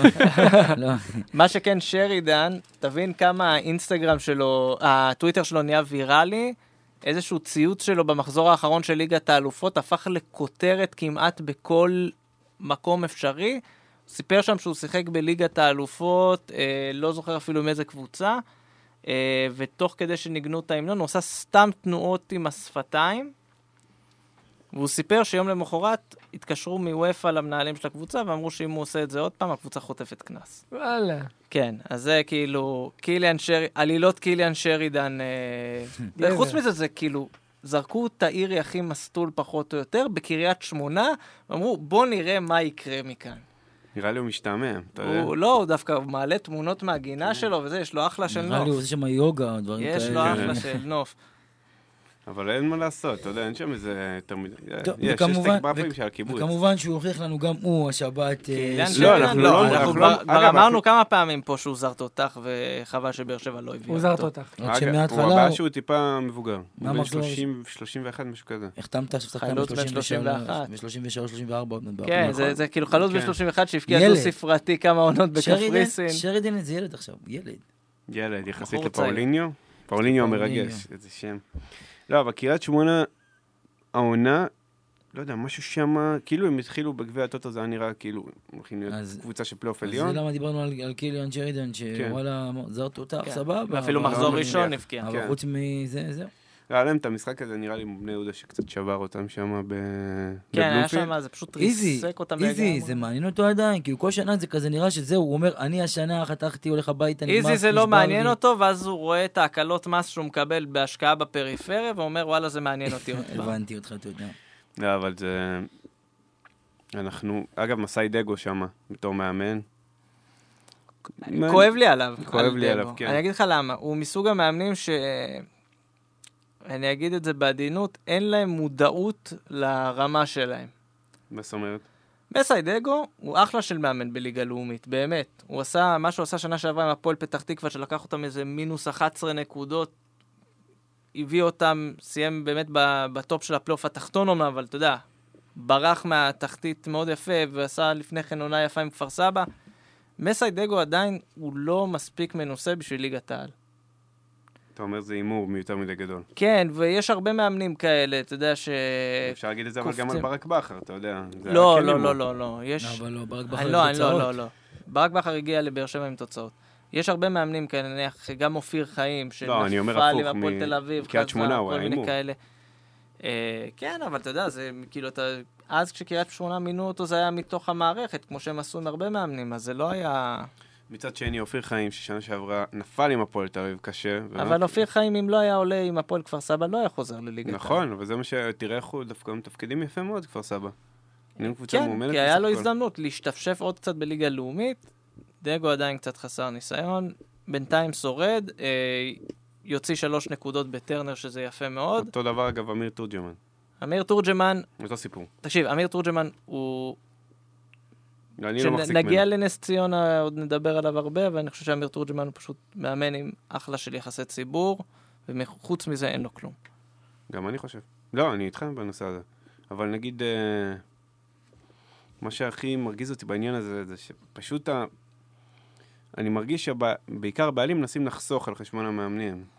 מה שכן שרידן, תבין כמה האינסטגרם שלו, הטוויטר שלו נהיה ויראלי, איזשהו ציוץ שלו במחזור האחרון של ליגת האלופות, הפך לכותרת כמעט בכל מקום אפשרי. הוא סיפר שם שהוא שיחק בליגת האלופות, אה, לא זוכר אפילו עם איזה קבוצה, אה, ותוך כדי שניגנו את ההמנון, הוא עושה סתם תנועות עם השפתיים, והוא סיפר שיום למחרת התקשרו מוופא למנהלים של הקבוצה, ואמרו שאם הוא עושה את זה עוד פעם, הקבוצה חוטפת כנס. וואלה. כן, אז זה כאילו, קיליאן שרי, עלילות קיליאן שרידן, אה, חוץ מזה זה כאילו, זרקו את העירי הכי מסטול פחות או יותר, בקריית שמונה, ואמרו בוא נראה מה יקרה מכאן. נראה לי הוא משתעמם, אתה יודע. הוא לא, הוא דווקא מעלה תמונות מהגינה שלו, וזה, יש לו אחלה של נוף. נראה לי הוא עושה שם יוגה, דברים כאלה. יש לו אחלה של נוף. אבל אין מה לעשות, אתה יודע, אין שם איזה תרמיד... יש, יש תקברפים של הקיבוץ. וכמובן שהוא הוכיח לנו גם הוא, השבת... לא, אנחנו לא... אנחנו כבר אמרנו כמה פעמים פה שהוא זר תותח, וחבל שבאר שבע לא הביאה אותו. הוא זר תותח. רק שמההתחלה... הוא הבא שהוא טיפה מבוגר. מה הוא מחזור? בן שלושים ואחת, משהו כזה. החתמת עכשיו שחקן ב-שלושים ושלוש שלושים וארבע. כן, זה כאילו חלוץ ב-שלושים ואחת שהפקיע דו ספרתי כמה עונות בקפריסין. שרידן זה ילד עכשיו, ילד. ילד, יחסית לפאוליניו. פאוליניו המרגש, איזה שם. לא, אבל קריית שמונה, העונה, לא יודע, משהו שמה, כאילו הם התחילו בגביע הטוטו, זה היה נראה כאילו, הולכים להיות קבוצה של פלייאוף עליון. אז זה למה דיברנו על קיליאן שרידן, שוואלה, זר תותח, סבבה. ואפילו מחזור ראשון נפקיע. אבל חוץ מזה, זהו. היה להם את המשחק הזה, נראה לי בני יהודה שקצת שבר אותם שם בבלומפילד. כן, היה שם, זה פשוט ריסק אותם. איזי, זה מעניין אותו עדיין, כי כל שנה זה כזה נראה שזהו, הוא אומר, אני השנה חתכתי, הולך הביתה, נגמר, איזי זה לא מעניין אותו, ואז הוא רואה את ההקלות מס שהוא מקבל בהשקעה בפריפריה, ואומר, וואלה, זה מעניין אותי עוד פעם. הבנתי אותך, תודה. לא, אבל זה... אנחנו, אגב, מסאי דגו שם, בתור מאמן. כואב לי עליו. כואב לי עליו, כן. אני אגיד לך למה, הוא מסוג המאמנים ש... אני אגיד את זה בעדינות, אין להם מודעות לרמה שלהם. מה זאת אומרת? מסאי דגו הוא אחלה של מאמן בליגה לאומית, באמת. הוא עשה, מה שהוא עשה שנה שעברה עם הפועל פתח תקווה, שלקח אותם איזה מינוס אחת עשרה נקודות, הביא אותם, סיים באמת בטופ של הפלייאוף התחתון אומנם, אבל אתה יודע, ברח מהתחתית מאוד יפה, ועשה לפני כן עונה יפה עם כפר סבא. מסאי דגו עדיין הוא לא מספיק מנוסה בשביל ליגת העל. אתה אומר זה אימור מיותר מדי גדול. כן, ויש הרבה מאמנים כאלה, אתה יודע ש... אפשר להגיד את זה אבל גם על ברק בכר, אתה יודע. לא, לא, לא, לא, לא. יש... אבל לא, ברק בכר עם תוצאות. לא, לא, לא. ברק בכר הגיע לבאר שבע עם תוצאות. יש הרבה מאמנים כאלה, נניח, גם אופיר חיים, שנפל עם הפועל תל אביב, קריית שמונה, הוא כל היה מיני אימור. כאלה. כן, אבל אתה יודע, זה כאילו, אז כשקריית שמונה מינו אותו, זה היה מתוך המערכת, כמו שהם עשו עם הרבה מאמנים, אז זה לא היה... מצד שני, אופיר חיים, ששנה שעברה נפל עם הפועל תל אביב קשה. אבל אופיר חיים, אם לא היה עולה עם הפועל כפר סבא, לא היה חוזר לליגת העל. נכון, אבל זה מה שתראה איך הוא דווקא מתפקדים יפה מאוד, כפר סבא. כן, כי היה לו הזדמנות להשתפשף עוד קצת בליגה לאומית, דגו עדיין קצת חסר ניסיון, בינתיים שורד, יוציא שלוש נקודות בטרנר, שזה יפה מאוד. אותו דבר, אגב, אמיר תורג'מן. אמיר תורג'מן... אותו סיפור. תקשיב, אמיר תורג'מן הוא... כשנגיע ממנו. לנס ציונה עוד נדבר עליו הרבה, אבל אני חושב שאמיר תורג'מן הוא פשוט מאמן עם אחלה של יחסי ציבור, וחוץ מזה אין לו כלום. גם אני חושב. לא, אני איתכם בנושא הזה. אבל נגיד, אה, מה שהכי מרגיז אותי בעניין הזה, זה שפשוט ה... אני מרגיש שבעיקר הבעלים מנסים לחסוך על חשבון המאמנים.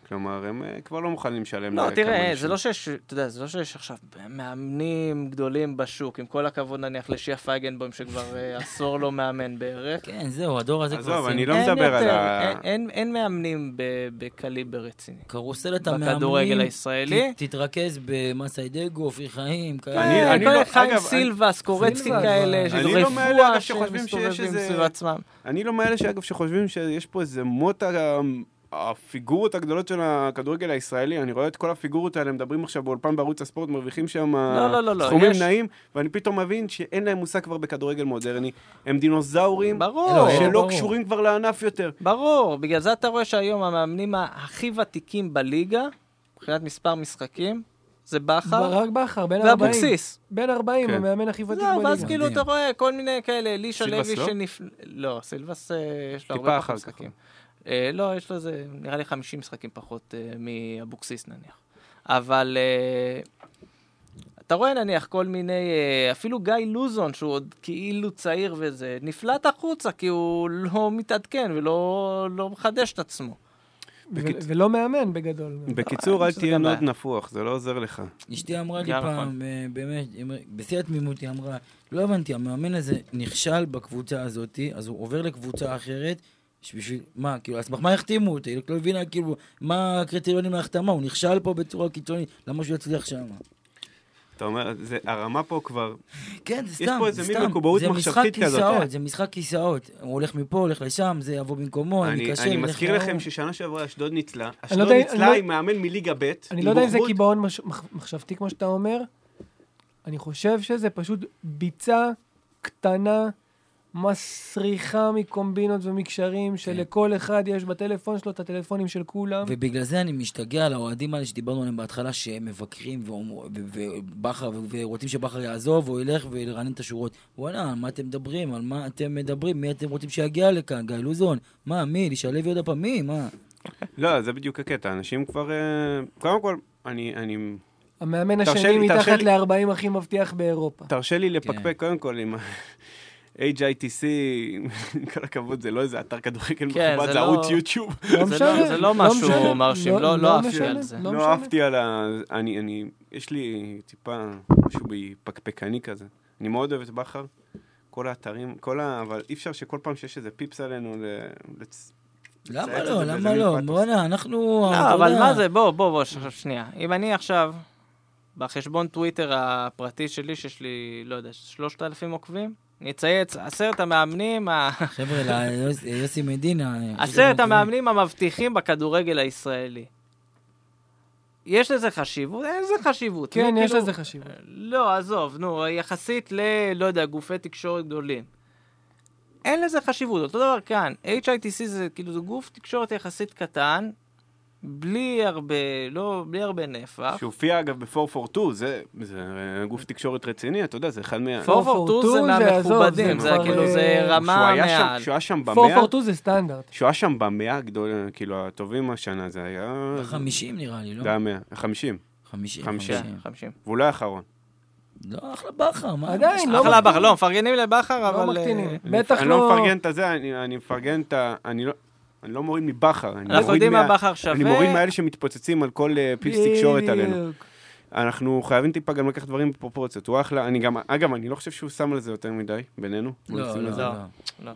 כלומר, הם כבר לא מוכנים לשלם. לא, תראה, זה לא שיש, אתה יודע, זה לא שיש עכשיו מאמנים גדולים בשוק, עם כל הכבוד נניח לשיה פייגנבוים, שכבר עשור לא מאמן בערך. כן, זהו, הדור הזה כבר... עזוב, אני לא מדבר על ה... אין מאמנים בקליבר רציני. קרוסלת המאמנים... בכדורגל הישראלי. תתרכז במסיידגו, אופי חיים, כאלה. כל אחד סילבס, קורצקי כאלה, של רפואה שמסתובבים סביב עצמם. אני לא מאלה שאגב שחושבים שיש פה איזה מוטה... הפיגורות הגדולות של הכדורגל הישראלי, אני רואה את כל הפיגורות האלה, מדברים עכשיו באולפן בערוץ הספורט, מרוויחים שם לא, לא, לא, סכומים יש... נעים, ואני פתאום מבין שאין להם מושג כבר בכדורגל מודרני. הם דינוזאורים ברור, שלא ברור. קשורים כבר לענף יותר. ברור, בגלל זה אתה רואה שהיום המאמנים הכי ותיקים בליגה, מבחינת מספר משחקים, זה בכר. רק בכר, בין ארבעים. ואבוקסיס. בין ארבעים, כן. המאמן הכי ותיק זהו, בליגה. ואז כאילו אתה רואה כל מיני כאלה, אלישע לוי סילבס לא? שנפ... לא, סילבס יש לו טיפה הרבה אחר פחות משחקים. אה, לא, יש לו איזה, נראה לי חמישים משחקים פחות אה, מאבוקסיס נניח. אבל אה, אתה רואה נניח כל מיני, אה, אפילו גיא לוזון, שהוא עוד כאילו צעיר וזה, נפלט החוצה כי הוא לא מתעדכן ולא לא מחדש את עצמו. ולא מאמן בגדול. בקיצור, אל תהיה מאוד נפוח, זה לא עוזר לך. אשתי אמרה לי פעם, באמת, בשיא התמימות היא אמרה, לא הבנתי, המאמן הזה נכשל בקבוצה הזאת, אז הוא עובר לקבוצה אחרת, שבשביל, מה, כאילו, אז מה החתימו אותי? היא לא הבינה, כאילו, מה הקריטריונים להחתמה? הוא נכשל פה בצורה קיצונית, למה שהוא יצליח שם? אתה אומר, הרמה פה כבר... כן, זה סתם, יש פה איזה מין מקובעות מחשבתית כזאת. זה משחק כיסאות, הוא הולך מפה, הולך לשם, זה יבוא במקומו, אני קשה. אני מזכיר לכם ששנה שעברה אשדוד ניצלה, אשדוד ניצלה היא מאמן מליגה ב'. אני לא יודע אם זה קיבעון מחשבתי כמו שאתה אומר, אני חושב שזה פשוט ביצה קטנה, מסריחה מקומבינות ומקשרים, שלכל אחד יש בטלפון שלו את הטלפונים של כולם. ובגלל זה אני משתגע על האוהדים האלה שדיברנו עליהם בהתחלה, שהם מבקרים ובחר, ורוצים שבחר יעזוב, או ילך ולרענן את השורות. וואלה, מה אתם מדברים? על מה אתם מדברים? מי אתם רוצים שיגיע לכאן? גיא לוזון? מה? מי? לשלב עוד הפעם? מי? מה? לא, זה בדיוק הקטע. אנשים כבר... קודם כל, אני... המאמן השני מתחת ל-ארבעים הכי מבטיח באירופה. תרשה לי לפקפק קודם כל עם... אייץ' איי טי סי, כל הכבוד, זה לא איזה אתר כדורגל מכובד, זה ערוץ יוטיוב. זה לא משהו מרשים, לא אהבתי על זה. לא אהבתי על ה... יש לי טיפה משהו בפקפקני כזה. אני מאוד אוהב את בכר, כל האתרים, כל ה... אבל אי אפשר שכל פעם שיש איזה פיפס עלינו למה לא? למה לא? בוא'נה, אנחנו... לא, אבל מה זה? בוא, בוא, בוא, שנייה. אם אני עכשיו, בחשבון טוויטר הפרטי שלי, שיש לי, לא יודע, שלושת אלפים עוקבים, אני אצייץ, עשרת המאמנים... חבר'ה, יוסי מדינה... עשרת המאמנים המבטיחים בכדורגל הישראלי. יש לזה חשיבות? אין לזה חשיבות. כן, יש לזה חשיבות. לא, עזוב, נו, יחסית ל... לא יודע, גופי תקשורת גדולים. אין לזה חשיבות. אותו דבר כאן, אייץ' איי טי סי זה כאילו זה גוף תקשורת יחסית קטן, בלי הרבה, לא, בלי הרבה נפח. שהופיע אגב ב-פור פור טו, זה, זה גוף תקשורת רציני, אתה יודע, זה אחד מה... פור פור טו זה מהמכובדים, זה כאילו, זה רמה מעל. שהוא היה שם במאה... פור פור טו זה סטנדרט. שהוא היה שם במאה הגדול, כאילו, הטובים השנה, זה היה... חמישים נראה לי, לא? זה היה מאה, חמישים. חמישים. חמישים. והוא לא האחרון. לא, אחלה בכר, מה? עדיין, לא אחלה בכר, לא, מפרגנים לבכר, אבל... לא מקטינים, בטח לא... אני לא מפרגן את זה, אני מפרגן את ה... אני לא מוריד מבכר, אנחנו יודעים מה בכר שווה. אני מוריד מאלה שמתפוצצים על כל פיפס תקשורת עלינו. אנחנו חייבים טיפה גם לקחת דברים בפרופורציות. הוא אחלה, אני גם, אגב, אני לא חושב שהוא שם על זה יותר מדי, בינינו. לא, לא, לא.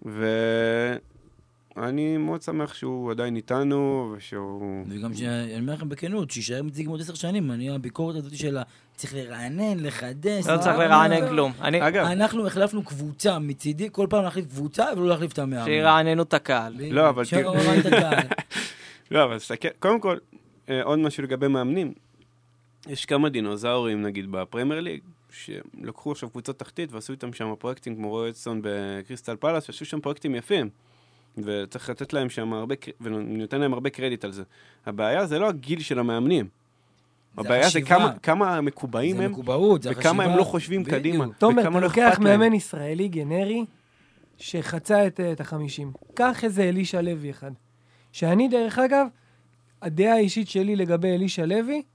ואני מאוד שמח שהוא עדיין איתנו, ושהוא... וגם שאני אומר לכם בכנות, שישאר מציג מאוד עשר שנים, אני הביקורת הזאת שלה, צריך לרענן, לחדש. לא צריך לרענן כלום. אנחנו החלפנו קבוצה מצידי, כל פעם להחליף קבוצה, ולא להחליף את המאמן. שירעננו את הקהל. לא, אבל... שירעננו את הקהל. לא, אבל קודם כל, עוד משהו לגבי מאמנים. יש כמה דינוזאורים, נגיד, בפרמייר ליג, שלקחו עכשיו קבוצות תחתית, ועשו איתם שם פרויקטים כמו רוי אדסון בקריסטל פלאס, ועשו שם פרויקטים יפים. וצריך לתת להם שם הרבה, ונותן להם הרבה קרדיט על זה. הבעיה זה לא הגיל של המאמנים. הבעיה זה כמה, כמה מקובעים הם, וכמה הם לא חושבים קדימה. תומר, אתה לוקח מאמן ישראלי גנרי, שחצה את, את החמישים. קח איזה אלישע לוי אחד. שאני דרך אגב, הדעה האישית שלי לגבי אלישע לוי,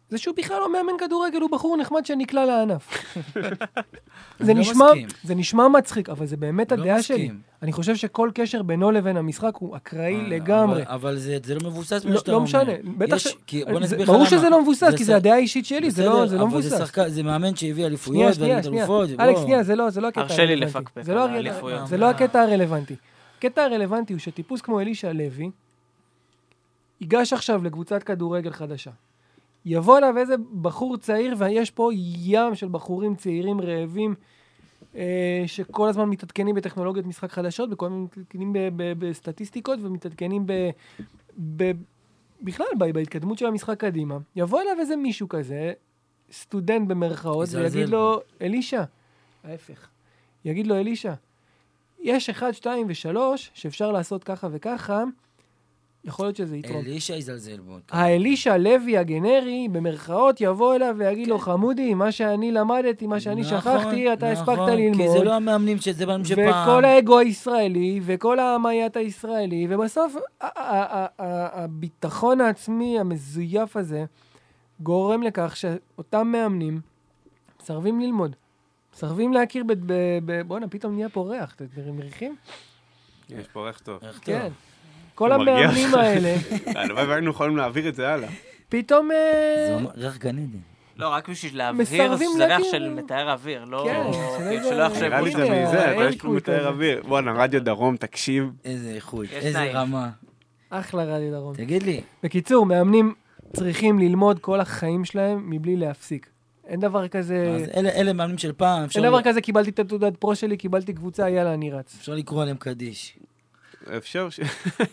זה שהוא בכלל לא מאמן כדורגל, הוא בחור נחמד שנקלע לענף. זה נשמע, זה נשמע מצחיק, אבל זה באמת הדעה שלי. אני חושב שכל קשר בינו לבין המשחק הוא אקראי לגמרי. אבל זה לא מבוסס מה שאתה אומר. לא משנה, בטח ש... ברור שזה לא מבוסס, כי זה הדעה האישית שלי, זה לא מבוסס. זה מאמן שהביא אליפויות ואליפויות. אלכס, שנייה, זה לא הקטע הרשה לי לפקפק על האליפויות. זה לא הקטע הרלוונטי. הקטע הרלוונטי הוא שטיפוס כמו אלישע לוי, ייגש עכשיו לקבוצת כדורגל חדשה. יבוא אליו איזה בחור צעיר, ויש פה ים של בחורים צעירים רעבים, אה, שכל הזמן מתעדכנים בטכנולוגיות משחק חדשות, וכל הזמן מתעדכנים ב- ב- בסטטיסטיקות, ומתעדכנים ב- ב- בכלל ב- בהתקדמות של המשחק קדימה. יבוא אליו איזה מישהו כזה, סטודנט במרכאות, ויגיד לו, אלישע, ההפך, יגיד לו, אלישע, יש אחד, שתיים ושלוש, שאפשר לעשות ככה וככה, יכול להיות שזה יתרום. אלישע יזלזל בו. האלישע לוי הגנרי, במרכאות, יבוא אליו ויגיד לו, חמודי, מה שאני למדתי, מה שאני שכחתי, אתה הספקת ללמוד. כי זה לא המאמנים שזה מאמנים שפעם. וכל האגו הישראלי, וכל המאיית הישראלי, ובסוף הביטחון העצמי המזויף הזה, גורם לכך שאותם מאמנים מסרבים ללמוד. מסרבים להכיר ב... בוא'נה, פתאום נהיה פה ריח. אתם מריחים? יש פה ריח טוב. כן. כל המאמנים האלה. הלוואי והיינו יכולים להעביר את זה הלאה. פתאום... זה ריח גן עדן. לא, רק בשביל להבהיר, זה ריח של מתאר אוויר, לא... שלא יחשב... נראה לי זה מזה, אבל יש פה מתאר אוויר. בוא'נה, רדיו דרום, תקשיב. איזה איכות, איזה רמה. אחלה רדיו דרום. תגיד לי. בקיצור, מאמנים צריכים ללמוד כל החיים שלהם מבלי להפסיק. אין דבר כזה... אלה מאמנים של פעם. אין דבר כזה, קיבלתי את התעודת פרו שלי, קיבלתי קבוצה, יאללה, אני רץ. אפשר לקרוא עליהם קדיש. אפשר ש...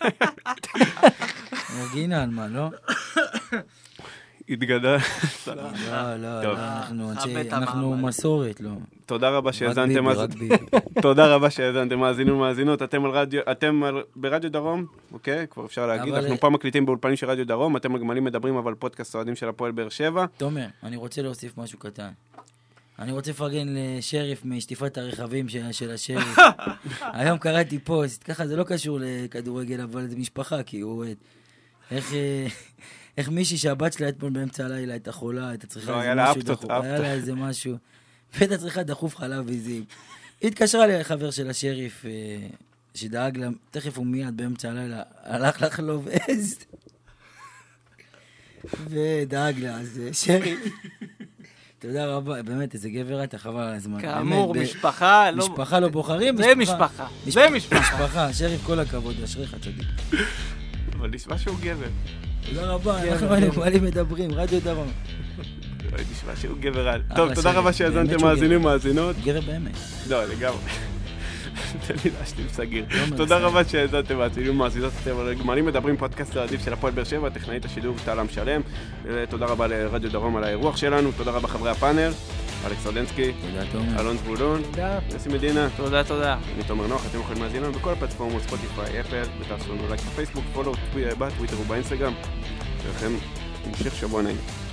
נגינה על מה, לא? התגדל. לא, לא, לא, אנחנו מסורת, לא. תודה רבה שהאזנתם. תודה רבה שהאזנתם, מאזינים ומאזינות. אתם ברדיו דרום, אוקיי? כבר אפשר להגיד. אנחנו פעם מקליטים באולפנים של רדיו דרום, אתם הגמלים מדברים, אבל פודקאסט אוהדים של הפועל באר שבע. תומר, אני רוצה להוסיף משהו קטן. אני רוצה לפרגן לשריף משטיפת הרכבים של השריף. היום קראתי פוסט, ככה זה לא קשור לכדורגל, אבל זה משפחה, כי הוא אוהד. איך, איך מישהי שהבת שלה אתמול באמצע הלילה הייתה חולה, הייתה צריכה איזה משהו דחוף. היה לה איזה משהו. והייתה צריכה דחוף חלב עיזים. היא התקשרה לי לחבר של השריף, שדאג לה, תכף הוא מיד באמצע הלילה, הלך לחלוב עז. ודאג לה, אז שריף. תודה רבה, באמת, איזה גבר אתה, חבל על הזמן. כאמור, משפחה לא... משפחה לא בוחרים. זה משפחה. זה משפחה. משפחה, שריף, כל הכבוד, אשריך, צדיק. אבל נשמע שהוא גבר. תודה רבה, אנחנו הגמלים מדברים, רדיו דרום. נשמע שהוא גבר על. טוב, תודה רבה שהאזנתם מאזינים ומאזינות. גבר באמת. לא, לגמרי. תן לי להשלים סגיר. תודה רבה שהאזנתם מאזינים ומאזינות. אתם הגמלים מדברים, פודקאסט העדיף של הפועל באר שבע, טכנאית השידור טל שלם. תודה רבה לרדיו דרום על האירוח שלנו. תודה רבה חברי הפאנל. אלכס רודנסקי, אלון זבולון, נסי מדינה. תודה, תודה. אני תומר נוח, אתם יכולים להזין לנו בכל הפלטפורמות, ספוטיפיי, אפל, ותעשו לנו לייק בפייסבוק, פולו, בטוויטר ובאינסטגרם. ולכם, המשך שבוע נעים.